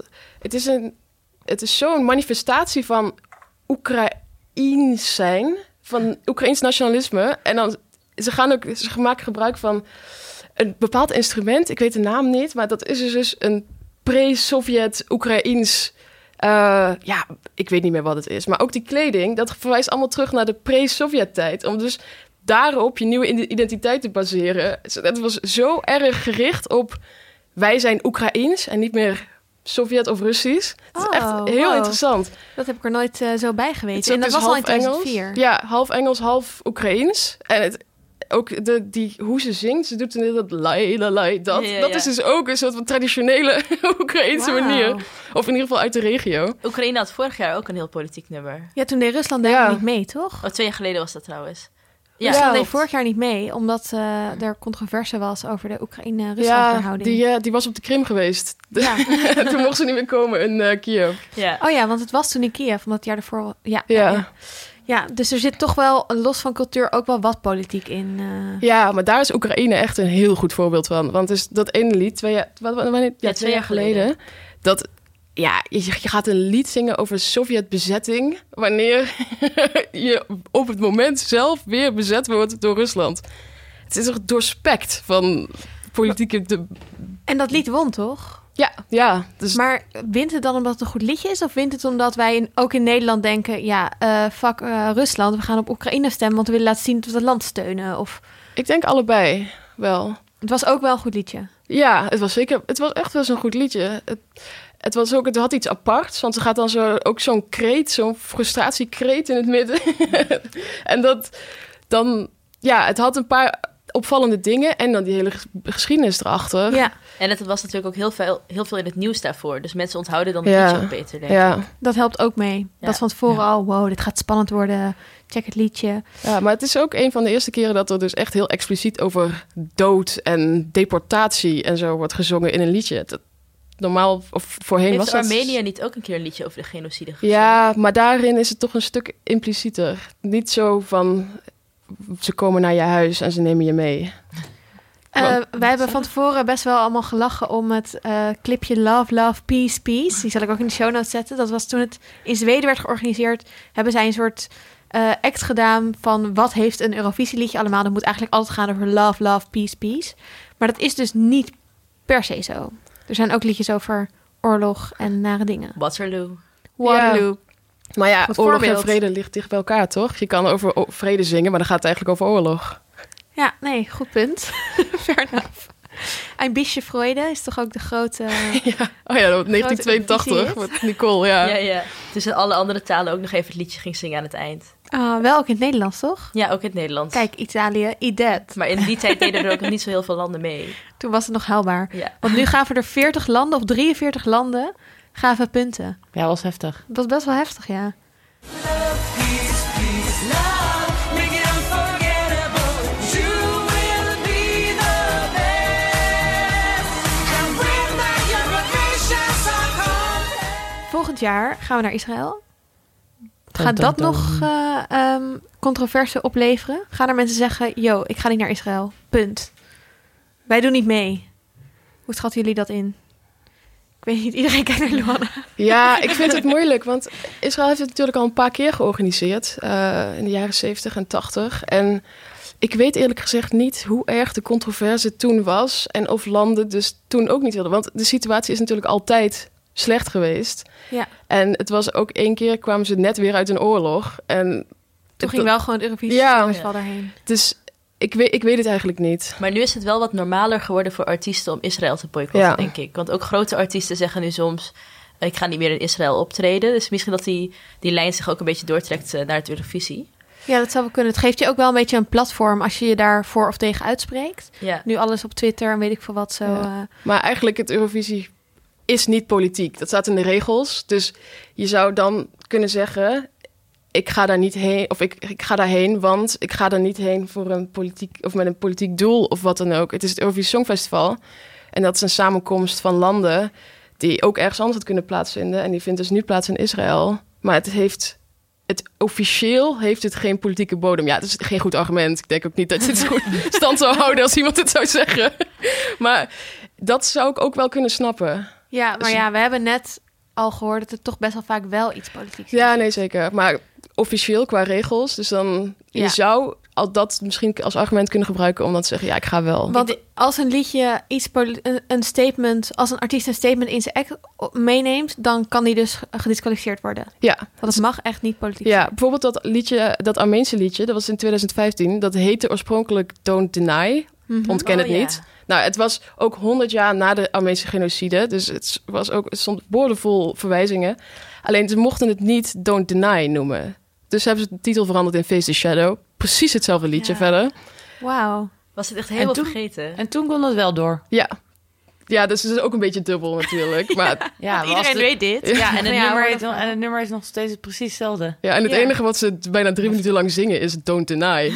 het is zo'n manifestatie van Oekraïens zijn. Van Oekraïens nationalisme. En dan, ze maken gebruik van een bepaald instrument. Ik weet de naam niet. Maar dat is dus een pre-Sovjet Oekraïens... ja, ik weet niet meer wat het is. Maar ook die kleding, dat verwijst allemaal terug naar de pre-Sovjet-tijd. Om dus daarop je nieuwe identiteit te baseren. Het was zo erg gericht op... wij zijn Oekraïens en niet meer Sovjet of Russisch. Het is echt heel wow. interessant. Dat heb ik er nooit zo bij Het geweten. is En ook dat dus was al in half 2004. Ja, half Engels, half Oekraïens. En ook hoe ze zingt, ze doet dat lai. Dat is dus ook een soort van traditionele Oekraïense Wauw. manier. Of in ieder geval uit de regio. Oekraïne had vorig jaar ook een heel politiek nummer. Ja, toen deed Rusland daar Ja. niet mee, toch? 2 jaar geleden was dat trouwens. Ja, Ja, Rusland deed klopt. vorig jaar niet mee, omdat er controverse was over de Oekraïne-Rusland verhouding. Die was op de Krim geweest. Ja. Toen mocht ze niet meer komen in Kiev. ja. Oh ja, want het was toen in Kiev, omdat het jaar ervoor... Ja, Ja. Ja, dus er zit toch wel, los van cultuur, ook wel wat politiek in. Ja, maar daar is Oekraïne echt een heel goed voorbeeld van. Want dus dat ene lied, 2 jaar geleden. Dat, ja, je gaat een lied zingen over Sovjet-bezetting... wanneer je op het moment zelf weer bezet wordt door Rusland. Het is toch doorspekt van politieke... En dat lied won, toch? Ja. Dus Maar wint het dan omdat het een goed liedje is? Of wint het omdat wij ook in Nederland denken... ja, fuck Rusland, we gaan op Oekraïne stemmen... want we willen laten zien dat we het land steunen? Of ik denk allebei wel. het was ook wel een goed liedje. Ja, het was echt wel zo'n goed liedje. Het had iets aparts, want er gaat dan zo'n kreet, zo'n frustratiekreet in het midden. En het had een paar opvallende dingen en dan die hele geschiedenis erachter. Ja, En het was natuurlijk ook heel veel in het nieuws daarvoor. Dus mensen onthouden dan Ja. het liedje ook beter, denk ik. Ja. dat helpt ook mee. Ja. Dat van tevoren al, wow, dit gaat spannend worden. Check het liedje. Ja, maar het is ook een van de eerste keren dat er dus echt heel expliciet over dood en deportatie en zo wordt gezongen in een liedje. Normaal, of voorheen Heeft was dat... Armenië niet ook een keer een liedje over de genocide gezongen? Ja, maar daarin is het toch een stuk implicieter. Niet zo van, ze komen naar je huis en ze nemen je mee. Wij hebben van tevoren best wel allemaal gelachen om het clipje Love, Love, Peace, Peace. Die zal ik ook in de show notes zetten. Dat was toen het in Zweden werd georganiseerd. Hebben zij een soort act gedaan van wat heeft een Eurovisieliedje allemaal. Dat moet eigenlijk altijd gaan over Love, Love, Peace, Peace. Maar dat is dus niet per se zo. Er zijn ook liedjes over oorlog en nare dingen. Waterloo. Waterloo. Maar ja, Wat oorlog en voorbeeld. vrede ligt dicht bij elkaar, toch? Je kan over vrede zingen, maar dan gaat het eigenlijk over oorlog. Ja, nee, goed punt. Fair enough. Ein bisschen Freude is toch ook de grote... Oh ja, 1982 Eurovisie-hit. met Nicole, ja. Ja. Dus in alle andere talen ook nog even het liedje ging zingen aan het eind. Wel ook in het Nederlands, toch? Ja, ook in het Nederlands. Kijk, Italië, idet. Maar in die tijd deden er ook nog niet zo heel veel landen mee. Toen was het nog haalbaar. Ja. Want nu gaven er 40 landen of 43 landen gaven punten. Ja, was heftig. Dat was best wel heftig, ja. Volgend jaar gaan we naar Israël. Gaat dat nog controverse opleveren? Gaan er mensen zeggen, yo, ik ga niet naar Israël. Punt. Wij doen niet mee. Hoe schatten jullie dat in? Ik weet niet, iedereen kijkt naar Luana. Ja, ik vind het moeilijk, want Israël heeft het natuurlijk al een paar keer georganiseerd. In de jaren 70 en 80. En ik weet eerlijk gezegd niet hoe erg de controverse toen was. En of landen dus toen ook niet wilden. Want de situatie is natuurlijk altijd slecht geweest. Ja. En het was ook 1 keer, kwamen ze net weer uit een oorlog. En Toen ging wel gewoon het Eurovisie Ja. Songfestival daarheen. Dus ik weet het eigenlijk niet. Maar nu is het wel wat normaler geworden voor artiesten om Israël te boycotten, Ja. denk ik. Want ook grote artiesten zeggen nu soms, ik ga niet meer in Israël optreden. Dus misschien dat die lijn zich ook een beetje doortrekt naar het Eurovisie. Ja, dat zou wel kunnen. Het geeft je ook wel een beetje een platform als je je daar voor of tegen uitspreekt. Ja. Nu alles op Twitter en weet ik veel wat zo. Ja. Maar eigenlijk het Eurovisie is niet politiek. Dat staat in de regels. Dus je zou dan kunnen zeggen, ik ga daar niet heen, of ik ga daarheen, want ik ga daar niet heen voor een politiek of met een politiek doel of wat dan ook. Het is het Eurovisie Songfestival en dat is een samenkomst van landen die ook ergens anders had kunnen plaatsvinden en die vindt dus nu plaats in Israël. Maar officieel heeft het geen politieke bodem. Ja, het is geen goed argument. Ik denk ook niet dat het goed stand zou houden als iemand het zou zeggen. Maar dat zou ik ook wel kunnen snappen. Ja, maar Dus- ja, we hebben net al gehoord dat het toch best wel vaak wel iets politieks is. Ja, nee, zeker. Maar officieel qua regels. Dus dan Ja. je zou al dat misschien als argument kunnen gebruiken om dan te zeggen, ja, ik ga wel. Want als een liedje een statement, als een artiest een statement in zijn act meeneemt, dan kan die dus gedisqualificeerd worden. Ja, Want het mag echt niet politiek ja, zijn. bijvoorbeeld dat liedje, dat Armeense liedje, dat was in 2015. Dat heette oorspronkelijk Don't Deny. Mhm. Ontken het Oh, ja. niet. Nou, het was ook 100 jaar na de Armeense genocide. Dus het stond boordevol verwijzingen. Alleen ze mochten het niet Don't Deny noemen. Dus hebben ze de titel veranderd in Face the Shadow. Precies hetzelfde liedje Ja. verder. Wauw. Was het echt helemaal toen- vergeten. En toen kon het wel door. Ja. Ja, dus het is ook een beetje dubbel natuurlijk. Maar Ja, maar Iedereen als weet dit. Ja, en het, Ja, nummer hoor heet, dat en het nummer is nog steeds precies hetzelfde. ja, en het Ja. enige wat ze bijna 3 minuten lang zingen is Don't Deny.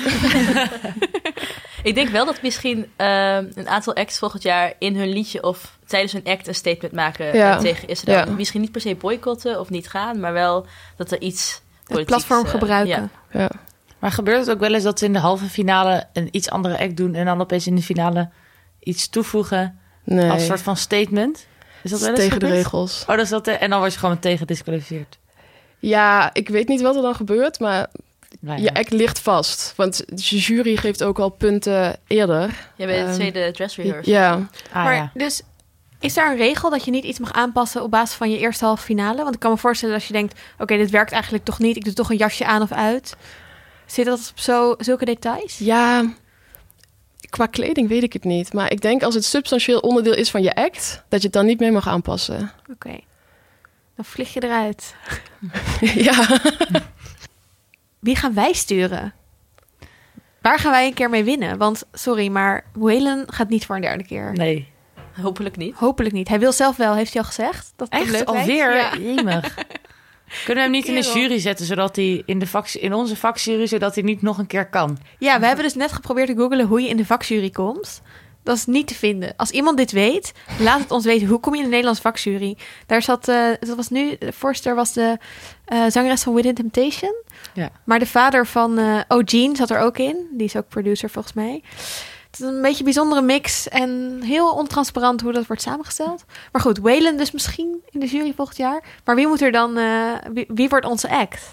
Ik denk wel dat misschien een aantal acts volgend jaar in hun liedje of tijdens hun act een statement maken Ja. tegen Israël. Ja. Misschien niet per se boycotten of niet gaan, maar wel dat er iets Het politieks, platform gebruiken. ja. Ja. Maar gebeurt het ook wel eens dat ze in de halve finale een iets andere act doen en dan opeens in de finale iets toevoegen Nee, als soort van statement? Is dat wel eens tegen de gebeurd? regels. Oh, dat is dat en dan word je gewoon tegen gedisqualificeerd. Ja, ik weet niet wat er dan gebeurt, maar Nou je act ligt vast. Want de jury geeft ook al punten eerder. Ja, bij de Ehm, tweede dress rehearsal. Ja, Ah, Maar ja. dus is daar een regel dat je niet iets mag aanpassen op basis van je eerste halve finale? Want ik kan me voorstellen als je denkt, oké, dit werkt eigenlijk toch niet. Ik doe toch een jasje aan of uit. Zit dat op zulke details? ja, qua kleding weet ik het niet. Maar ik denk als het substantieel onderdeel is van je act, dat je het dan niet meer mag aanpassen. Oké. Dan vlieg je eruit. Ja, Wie gaan wij sturen? Waar gaan wij een keer mee winnen? Want, sorry, maar Waylon gaat niet voor een derde keer. Nee. Hopelijk niet. Hopelijk niet. Hij wil zelf wel, heeft hij al gezegd. Dat het Echt? leuk lijkt. Alweer? Ja. Jemig. Kunnen we hem niet in de Kerel. jury zetten, zodat hij in onze vakjury, zodat hij niet nog een keer kan? Ja, we hebben dus net geprobeerd te googlen hoe je in de vakjury komt. Dat is niet te vinden. Als iemand dit weet, laat het ons weten. Hoe kom je in de Nederlandse vakjury? Daar zat, dat was nu, de voorster was de zangeres van Within Temptation. Ja. Maar de vader van O'Gene zat er ook in. Die is ook producer volgens mij. Het is een beetje een bijzondere mix en heel ontransparant hoe dat wordt samengesteld. Maar goed, Waylon dus misschien in de jury volgend jaar. Maar wie moet er dan, wie wordt onze act?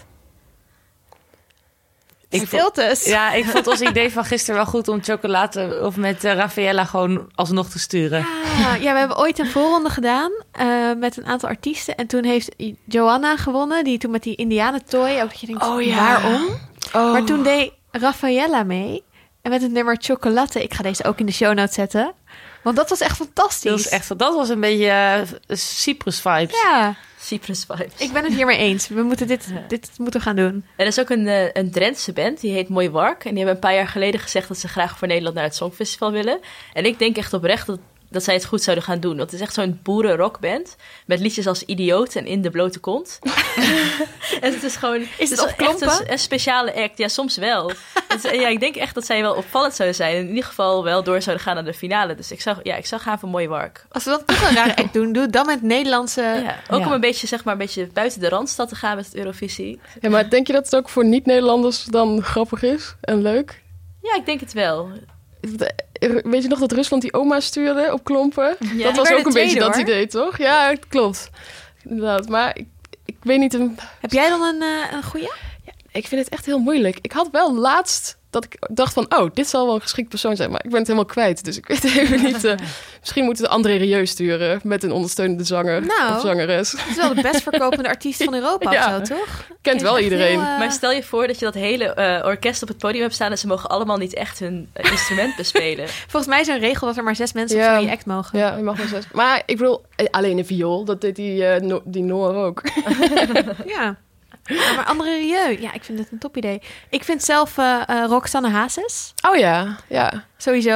Stiltes. Ja, ik vond ons idee van gisteren wel goed om chocolade of met Raffaella gewoon alsnog te sturen. Ja, we hebben ooit een voorronde gedaan met een aantal artiesten. En toen heeft Joanna gewonnen, die toen met die indianentooi. Ook dat je denkt, waarom? Oh. Maar toen deed Raffaella mee. En met het nummer Chocolate. Ik ga deze ook in de show notes zetten. Want dat was echt fantastisch. Dat was een beetje Cyprus vibes. Ja, Cyprus vibes. ik ben het hiermee eens. We moeten dit moeten we gaan doen. Er is ook een Drentse band, die heet Mooi Wark. En die hebben een paar jaar geleden gezegd dat ze graag voor Nederland naar het Songfestival willen. En ik denk echt oprecht dat zij het goed zouden gaan doen. Want het is echt zo'n boerenrockband met liedjes als Idioot en In de blote kont. En het is gewoon... Is het echt opklompen? een speciale act. Ja, soms wel. Ja, ik denk echt dat zij wel opvallend zouden zijn. En in ieder geval wel door zouden gaan naar de finale. Dus ik zou gaan voor Mooi Wark. Als we dat toch een rare act doen, doe dan met Nederlandse... Ja, ook Ja. om een beetje, zeg maar, een beetje buiten de Randstad te gaan met het Eurovisie. Ja, maar denk je dat het ook voor niet-Nederlanders dan grappig is en leuk? Ja, ik denk het wel. Weet je nog dat Rusland die oma stuurde op klompen? Ja. Dat Die was werden ook een beetje tweede, dat hoor. idee, toch? Ja, het klopt. Inderdaad, maar ik weet niet... Heb jij dan een goeie? Ik vind het echt heel moeilijk. Ik had wel laatst dat ik dacht van... oh, dit zal wel een geschikt persoon zijn. Maar ik ben het helemaal kwijt. Dus ik weet even niet... misschien moeten we André Rieu sturen... met een ondersteunende zanger Nou. of zangeres. Het is wel de best verkopende artiest van Europa Ja. of zo, toch? Kent wel Echt iedereen. heel, Maar stel je voor dat je dat hele orkest op het podium hebt staan... en ze mogen allemaal niet echt hun instrument bespelen. Volgens mij is er een regel dat er maar 6 mensen Ja. op zo'n act mogen. Ja, je mag maar 6. Maar ik bedoel, alleen een viool. Dat deed die Noor ook. Ja. Ja, maar André Rieu, ja, ik vind het een top idee. Ik vind zelf Roxanne Hazes Oh ja, ja. sowieso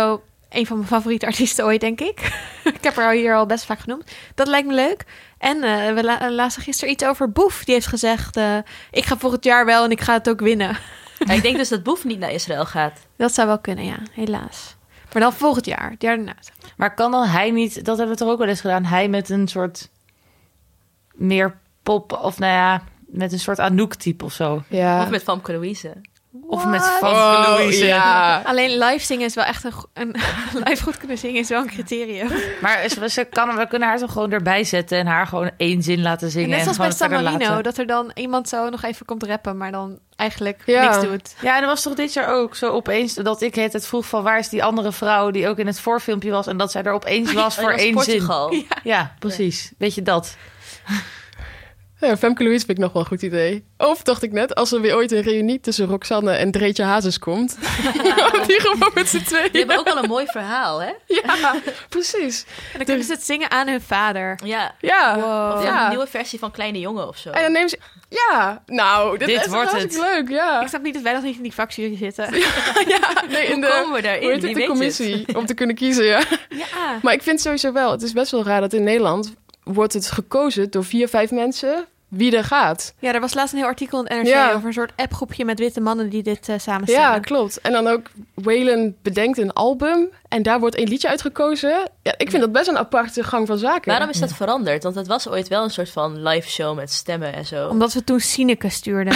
een van mijn favoriete artiesten ooit, denk ik. Ik heb haar hier al best vaak genoemd. Dat lijkt me leuk. En we lazen gisteren iets over Boef. Die heeft gezegd, ik ga volgend jaar wel en ik ga het ook winnen. Ja, ik denk dus dat Boef niet naar Israël gaat. Dat zou wel kunnen, ja. Helaas. Maar dan volgend jaar. Het jaar daarna. Maar kan dan hij niet... Dat hebben we toch ook wel eens gedaan. Hij met een soort meer pop... Of nou ja, met een soort Anouk-type of zo. Ja. Of met Famke Louise. Of met What? Famke Louise. ja. Alleen live zingen is wel echt een live goed kunnen zingen is wel een criterium. Maar we kunnen haar toch gewoon erbij zetten... en haar gewoon 1 zin laten zingen. Net En zoals bij gewoon San verder Marino, laten. dat er dan iemand zo nog even komt rappen, maar dan eigenlijk Ja. niks doet. Ja, en dat was toch dit jaar ook zo opeens... dat ik het vroeg van waar is die andere vrouw... die ook in het voorfilmpje was... en dat zij er opeens was voor 1 zin. Portugal. Ja, precies. Weet je dat? Ja, Femke Louise vind ik nog wel een goed idee. Of dacht ik net, als er weer ooit een reunie tussen Roxanne en Dreetje Hazes komt. Die gewoon met z'n tweeën. Die hebben ook wel een mooi verhaal, hè? Ja, precies. En dan kunnen ze het zingen aan hun vader. Ja. Ja. Wow. Of Ja. een nieuwe versie van Kleine Jongen of zo. En dan nemen ze... Ja, nou, Dit is wordt hartstikke leuk, ja. Ik snap niet dat wij nog niet in die vakjury zitten. Ja, nee, in Hoe de... komen we daarin? Hoe heet Wie het, de weet commissie, om te kunnen kiezen, ja. Ja. Maar ik vind sowieso wel, het is best wel raar dat in Nederland wordt het gekozen door 4, 5 mensen wie er gaat. Ja, er was laatst een heel artikel in het NRC Ja. over een soort appgroepje met witte mannen die dit samenstellen. Ja, klopt. En dan ook Waylon bedenkt een album en daar wordt 1 liedje uitgekozen. Ja, ik vind dat best een aparte gang van zaken. Waarom is dat veranderd? Want het was ooit wel een soort van live show met stemmen en zo. Omdat we toen Sineke stuurden.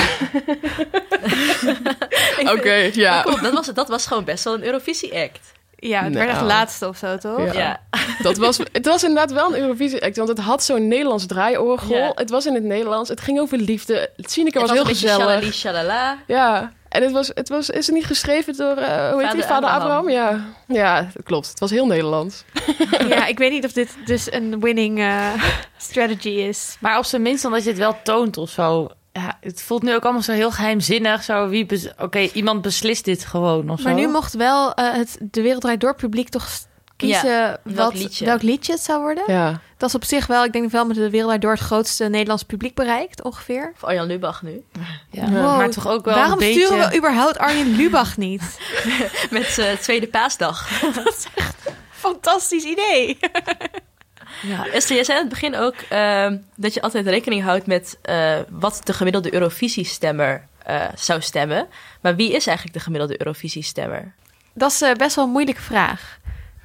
Oké, ja. Klopt, dat was gewoon best wel een Eurovisie-act. Ja, het werd echt Nou. laatste of zo, toch? Ja. Ja. Het was inderdaad wel een Eurovisie-act, want het had zo'n Nederlands draaiorgel. Ja. Het was in het Nederlands, het ging over liefde. Sineke Het was heel een beetje gezellig. shalali, shalala. Ja, en is het niet geschreven door, hoe heet die, Vader Abraham? Ja, dat klopt. Het was heel Nederlands. Ja, ik weet niet of dit dus een winning strategy is. Maar op zijn minst dan dat je het wel toont of zo. Ja, het voelt nu ook allemaal zo heel geheimzinnig. Zo Oké, iemand beslist dit gewoon of Maar zo. nu mocht wel De Wereld Draait Door publiek toch kiezen welk liedje het zou worden. Ja. Dat is op zich wel, ik denk wel met De Wereld Draait Door het grootste Nederlands publiek bereikt, ongeveer. Of Arjan Lubach nu. Ja, Wow. maar toch ook wel Waarom een beetje... sturen we überhaupt Arjen Lubach niet? Met Tweede Paasdag. Fantastisch idee. Ja. Esther, jij zei aan het begin ook dat je altijd rekening houdt met wat de gemiddelde Eurovisie-stemmer zou stemmen. Maar wie is eigenlijk de gemiddelde Eurovisie-stemmer? Dat is best wel een moeilijke vraag.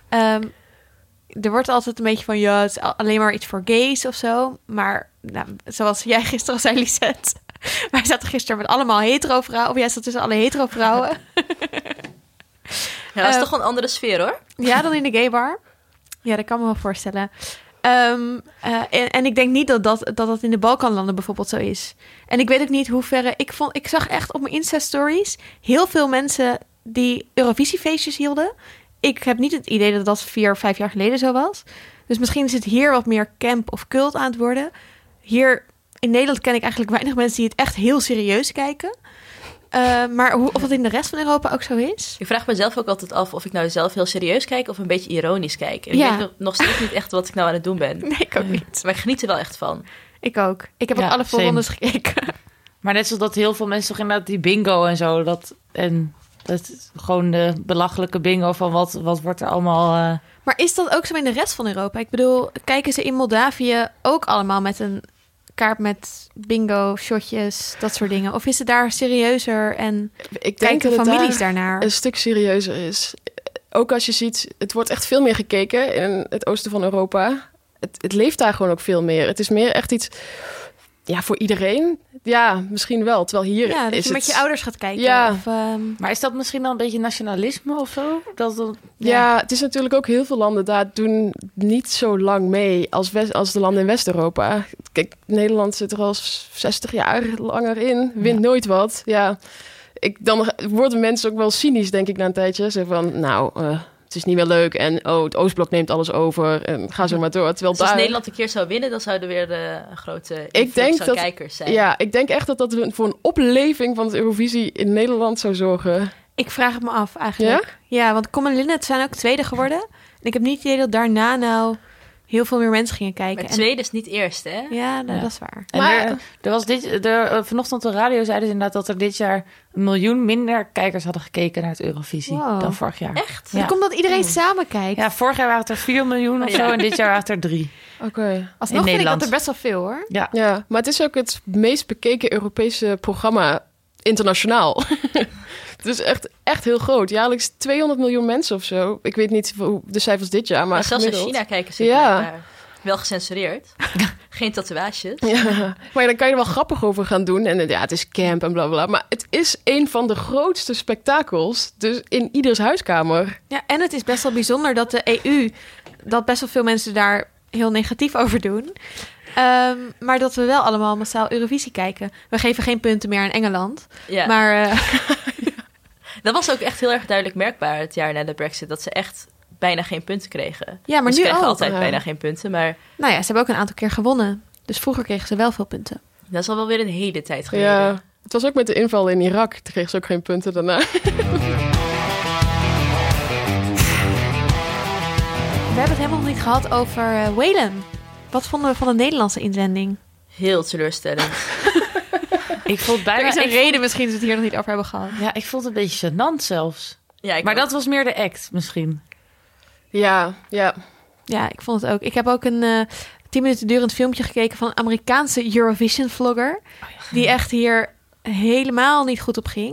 Er wordt altijd een beetje van, ja, het is alleen maar iets voor gays of zo. Maar nou, zoals jij gisteren zei, Lisette. Wij zaten gisteren met allemaal hetero vrouwen. Of jij zat tussen alle hetero vrouwen. Ja, dat is toch wel een andere sfeer, hoor. Ja, dan in de gay bar. Ja, dat kan me wel voorstellen. En ik denk niet dat in de Balkanlanden bijvoorbeeld zo is. En ik weet ook niet hoe verre... Ik zag echt op mijn Insta-stories heel veel mensen die Eurovisiefeestjes hielden. Ik heb niet het idee dat dat 4 of 5 jaar geleden zo was. Dus misschien is het hier wat meer camp of cult aan het worden. Hier in Nederland ken ik eigenlijk weinig mensen die het echt heel serieus kijken. Maar of het in de rest van Europa ook zo is? Ik vraag mezelf ook altijd af of ik nou zelf heel serieus kijk of een beetje ironisch kijk. En Ja. ik weet nog steeds niet echt wat ik nou aan het doen ben. Nee, ik ook niet. Maar ik geniet er wel echt van. Ik ook. Ik heb ook Ja, alle same. voorrondes gekeken. Maar net zoals dat heel veel mensen toch inderdaad die bingo en zo... Dat is gewoon de belachelijke bingo van wat wordt er allemaal... Maar is dat ook zo in de rest van Europa? Ik bedoel, kijken ze in Moldavië ook allemaal met een kaart met bingo, shotjes, dat soort dingen? Of is het daar serieuzer en Ik denk kijken dat het families daar daarnaar? een stuk serieuzer is. Ook als je ziet, het wordt echt veel meer gekeken in het oosten van Europa. Het leeft daar gewoon ook veel meer. Het is meer echt iets, ja, voor iedereen. Ja, misschien wel. Terwijl hier Ja, dat is je met het... je ouders gaat kijken. Ja. Of, Maar is dat misschien dan een beetje nationalisme of zo? Ja, het is natuurlijk ook heel veel landen daar doen niet zo lang mee als de landen in West-Europa. Kijk, Nederland zit er al 60 jaar langer in, wint nooit wat. Ja, dan worden mensen ook wel cynisch, denk ik, na een tijdje. Zo van, het is niet meer leuk en het Oostblok neemt alles over en ga zo maar door. Terwijl Dus als daar... Nederland een keer zou winnen, dan zouden weer een grote Ik denk van dat- kijkers zijn. Ja, ik denk echt dat voor een opleving van het Eurovisie in Nederland zou zorgen. ik vraag het me af eigenlijk. Ja, want Kom en Linnet zijn ook tweede geworden. En ik heb niet het idee dat daarna nou heel veel meer mensen gingen kijken. Maar tweede is niet eerste, hè? Ja, Ja. dat is waar. En Maar- er was vanochtend op de radio zeiden ze inderdaad dat er dit jaar 1 miljoen minder kijkers hadden gekeken naar het Eurovisie Wow. dan vorig jaar. Echt? Ja. Dat komt dat iedereen samen kijkt. Ja, vorig jaar waren het er 4 miljoen of Ja. zo en dit jaar waren het er 3. Oké. Alsnog in vind ik Nederland. dat er best wel veel, hoor. Ja. Ja, maar het is ook het meest bekeken Europese programma internationaal. Het is echt heel groot. Jaarlijks 200 miljoen mensen of zo. Ik weet niet hoe de cijfers dit jaar, maar Maar zelfs in gemiddeld. China kijken ze Ja. blijkbaar. Wel gecensureerd. Geen tatoeages. Ja, maar dan kan je er wel grappig over gaan doen. En ja, het is camp en bla bla. Maar het is een van de grootste spektakels. Dus in ieders huiskamer. Ja, en het is best wel bijzonder dat de EU... dat best wel veel mensen daar heel negatief over doen. Maar dat we wel allemaal massaal Eurovisie kijken. We geven geen punten meer aan Engeland. Ja. Maar Dat was ook echt heel erg duidelijk merkbaar het jaar na de Brexit. Dat ze echt bijna geen punten kregen. ja, maar ze nu kregen ook. altijd ja. bijna geen punten. Maar Nou ja, ze hebben ook een aantal keer gewonnen. Dus vroeger kregen ze wel veel punten. dat is al wel weer een hele tijd geleden. Ja, het was ook met de inval in Irak. Toen kregen ze ook geen punten daarna. We hebben het helemaal nog niet gehad over Waylon. Wat vonden we van de Nederlandse inzending? Heel teleurstellend. Ik vond Er bijna... is een ik reden misschien dat we het hier nog niet over hebben gehad. Ja, ik vond het een beetje gênant zelfs. Ja, ik Maar ook. dat was meer de act misschien. Ja. Ja, ik vond het ook. Ik heb ook een 10 minuten durend filmpje gekeken van een Amerikaanse Eurovision-vlogger. Die echt hier helemaal niet goed op ging.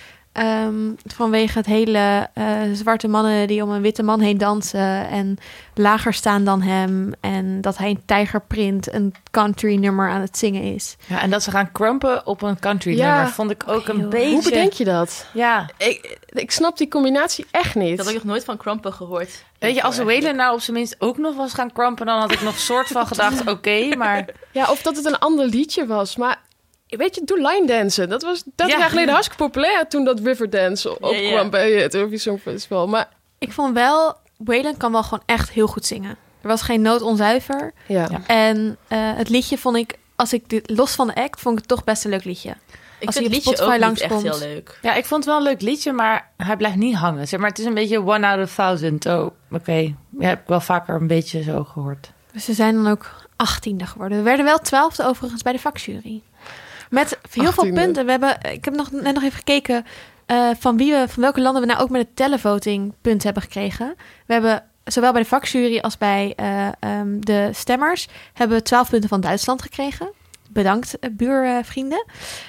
Vanwege het hele zwarte mannen die om een witte man heen dansen en lager staan dan hem. En dat hij een tijgerprint een country nummer aan het zingen is. Ja, en dat ze gaan crumpen op een country Ja. nummer vond ik ook een Heel- beetje... Hoe bedenk je dat? Ja, Ik snap die combinatie echt niet. Dat had ik nog nooit van Crumpen gehoord. weet je, als Waylon nou op zijn minst ook nog was gaan crumpen, dan had ik nog soort van gedacht, oké, maar... Ja, of dat het een ander liedje was. Maar weet je, doe line dansen. Dat was 30 Ja. jaar geleden hartstikke populair toen dat Riverdance opkwam Ja, ja. bij het Eurovisie Songfestival. Maar Ik vond wel, Waylon kan wel gewoon echt heel goed zingen. Er was geen noot onzuiver. ja. Ja. En het liedje vond ik, als ik dit los van de act, vond ik het toch best een leuk liedje. Ik Als vind hij het op liedje Spotify ook niet echt langskomt. heel leuk. Ja, ik vond het wel een leuk liedje, maar hij blijft niet hangen. Zeg maar, het is een beetje 1 out of 1000. Oh, oké. Ja, heb ik wel vaker een beetje zo gehoord. Dus ze zijn dan ook 18e geworden. We werden wel 12e overigens bij de vakjury. Met heel veel 18e. punten. Ik heb net nog even gekeken van welke landen we nou ook met de televoting punten hebben gekregen. We hebben zowel bij de vakjury als bij de stemmers hebben we 12 punten van Duitsland gekregen. Bedankt, buurvrienden.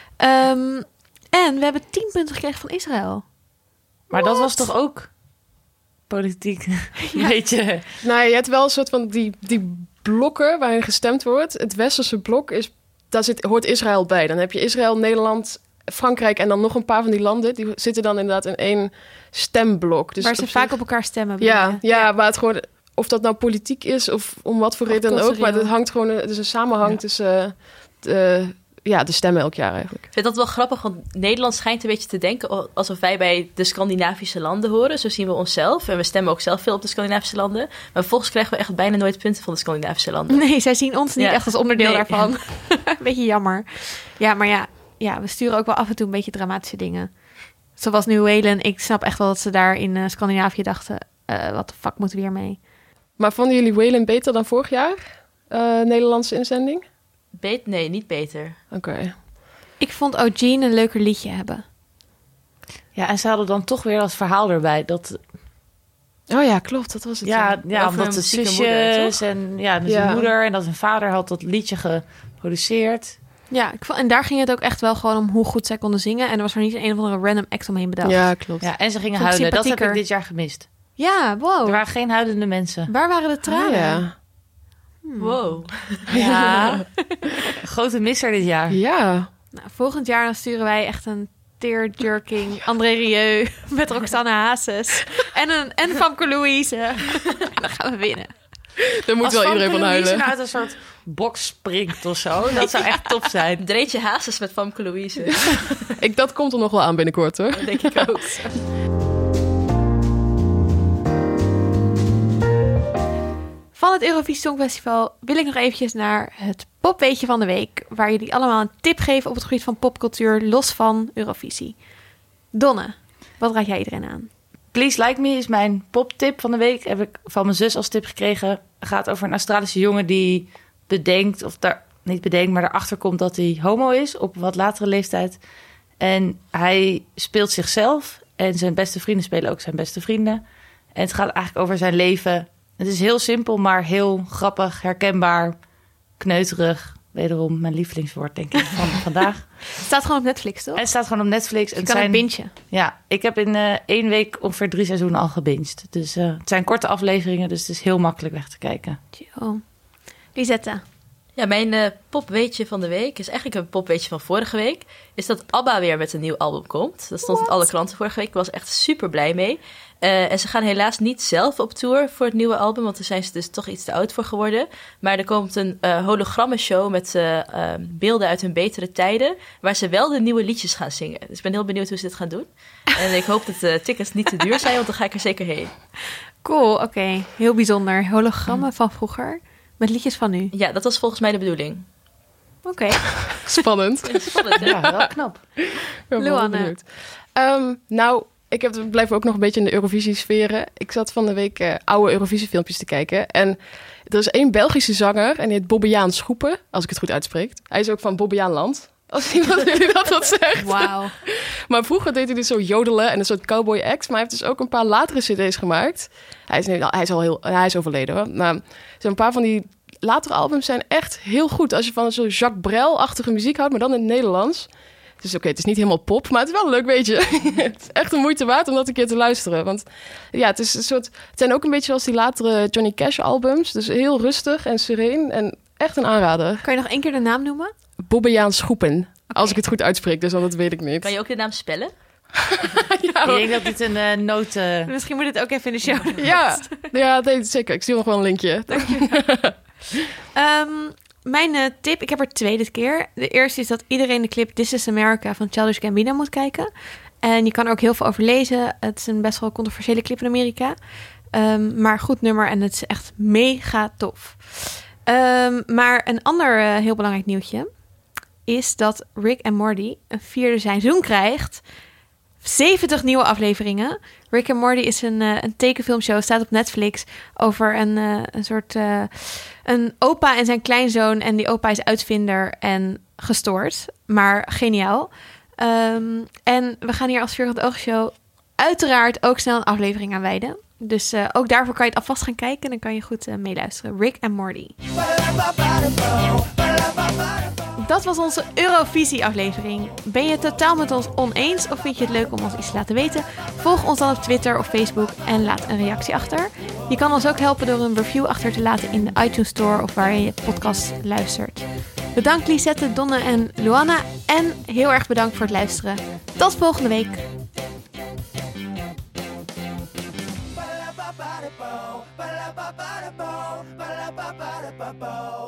En we hebben 10 punten gekregen van Israël. Maar dat was toch ook politiek een beetje... Nou, je hebt wel een soort van die blokken waarin gestemd wordt. Het westerse blok hoort Israël bij. Dan heb je Israël, Nederland, Frankrijk en dan nog een paar van die landen. Die zitten dan inderdaad in één stemblok. Dus waar ze op vaak zich- op elkaar stemmen. bedoel Ja, je? ja, maar het gewoon, of dat nou politiek is of om wat voor Of reden dan ook. Maar cultureel. het hangt gewoon, het is een samenhang tussen de stemmen elk jaar eigenlijk. Ik vind dat wel grappig, want Nederland schijnt een beetje te denken alsof wij bij de Scandinavische landen horen. Zo zien we onszelf. En we stemmen ook zelf veel op de Scandinavische landen. Maar vervolgens krijgen we echt bijna nooit punten van de Scandinavische landen. Nee, zij zien ons niet Ja. echt als onderdeel Nee. daarvan. Beetje jammer. Ja, maar ja, we sturen ook wel af en toe een beetje dramatische dingen. Zoals nu Waylon. Ik snap echt wel dat ze daar in Scandinavië dachten... wat de fuck moeten we hiermee? Maar vonden jullie Waylon beter dan vorig jaar? Nederlandse inzending? Nee, niet beter. Oké. Ik vond Eugene een leuker liedje hebben. Ja, en ze hadden dan toch weer als verhaal erbij. Dat, Oh ja, klopt. Dat was het. ja, Over omdat een de zieke zusjes moeder, toch? en ja, dus Ja. zijn moeder en dat zijn vader had dat liedje geproduceerd. Ja, en daar ging het ook echt wel gewoon om hoe goed zij konden zingen. En er was er niet een of andere random act omheen bedacht. Ja, klopt. Ja, en ze gingen Vond ik huilen. Dat heb ik sympathieker. dit jaar gemist. Ja, wow. Er waren geen huilende mensen. Waar waren de tranen? Ah, ja. Wow. Ja, grote misser dit jaar. Ja. Nou, volgend jaar dan sturen wij echt een tear-jerking André Rieu met Roxanne Hazes en Famke Louise. En dan gaan we winnen. Daar moet wel iedereen van huilen. uit een soort box springt of zo. Dat zou echt top zijn. Dreetje Hazes met Famke Louise. Dat komt er nog wel aan binnenkort hoor. Dat denk ik ook. Van het Eurovisie Songfestival wil ik nog eventjes naar het popweetje van de week. Waar jullie allemaal een tip geven op het gebied van popcultuur, los van Eurovisie. Donne, wat raad jij iedereen aan? Please Like Me is mijn poptip van de week. Heb ik van mijn zus als tip gekregen. gaat over een Australische jongen die bedenkt, of daar niet bedenkt, maar erachter komt dat hij homo is op een wat latere leeftijd. En hij speelt zichzelf en zijn beste vrienden spelen ook zijn beste vrienden. En het gaat eigenlijk over zijn leven. Het is heel simpel, maar heel grappig, herkenbaar, kneuterig. Wederom mijn lievelingswoord, denk ik, van vandaag. Het staat gewoon op Netflix, toch? En het staat gewoon op Netflix. Je kan het bingen. Ja, ik heb in 1 week ongeveer 3 seizoenen al gebinged. Dus het zijn korte afleveringen, dus het is heel makkelijk weg te kijken. Chill. Lisette. Ja, mijn popweetje van de week is eigenlijk een popweetje van vorige week. Is dat ABBA weer met een nieuw album komt. Dat stond in alle kranten vorige week. Ik was echt super blij mee. En ze gaan helaas niet zelf op tour voor het nieuwe album, want daar zijn ze dus toch iets te oud voor geworden. Maar er komt een hologrammenshow met beelden uit hun betere tijden, waar ze wel de nieuwe liedjes gaan zingen. Dus ik ben heel benieuwd hoe ze dit gaan doen. En ik hoop dat de tickets niet te duur zijn, want dan ga ik er zeker heen. Cool, oké. Heel bijzonder. Hologrammen van vroeger met liedjes van nu. Ja, dat was volgens mij de bedoeling. Oké. Spannend. Spannend, hè? Ja, wel knap. Ik ben wel Luanne. benieuwd. Nou, ik blijf ook nog een beetje in de Eurovisie-sferen. Ik zat van de week oude Eurovisie-filmpjes te kijken. En er is 1 Belgische zanger en die heet Bobbejaan Schoepen, als ik het goed uitspreek. Hij is ook van Bobbejaanland, als iemand jullie dat wat zegt. Wauw. Maar vroeger deed hij dus zo jodelen en een soort cowboy act. Maar hij heeft dus ook een paar latere cd's gemaakt. Hij is overleden hoor. Maar zo'n paar van die latere albums zijn echt heel goed. Als je van zo'n Jacques Brel-achtige muziek houdt, maar dan in het Nederlands. Dus oké, het is niet helemaal pop, maar het is wel leuk, weet je. Het is echt de moeite waard om dat een keer te luisteren. Want ja, het is een soort. Het zijn ook een beetje zoals die latere Johnny Cash albums. Dus heel rustig en sereen. En echt een aanrader. Kan je nog 1 keer de naam noemen? Bobbejaan Schoepen. Als ik het goed uitspreek, dus dat weet ik niet. Kan je ook de naam spellen? Ja, Ik denk dat dit een noten... Misschien moet het ook even in de show. ja, nee, zeker. Ik stuur nog wel een linkje. Mijn tip, ik heb er 2 dit keer. De eerste is dat iedereen de clip This is America van Childish Gambino moet kijken. En je kan er ook heel veel over lezen. Het is een best wel controversiële clip in Amerika. Maar goed nummer en het is echt mega tof. Maar een ander heel belangrijk nieuwtje is dat Rick en Morty een 4e seizoen krijgt. 70 nieuwe afleveringen. Rick and Morty is een tekenfilmshow, staat op Netflix, over een soort een opa en zijn kleinzoon. En die opa is uitvinder en gestoord, maar geniaal. En we gaan hier als Vierkant Oog Show uiteraard ook snel een aflevering aan wijden. Dus ook daarvoor kan je het alvast gaan kijken en dan kan je goed meeluisteren. Rick and Morty. Dat was onze Eurovisie-aflevering. Ben je het totaal met ons oneens of vind je het leuk om ons iets te laten weten? Volg ons dan op Twitter of Facebook en laat een reactie achter. Je kan ons ook helpen door een review achter te laten in de iTunes Store of waar je podcast luistert. Bedankt Lisette, Donne en Luanna en heel erg bedankt voor het luisteren. Tot volgende week. Ba-da-ba-ba-da-bo, ba-da-ba-ba-da-bo, ba-da-ba-ba-da-bo.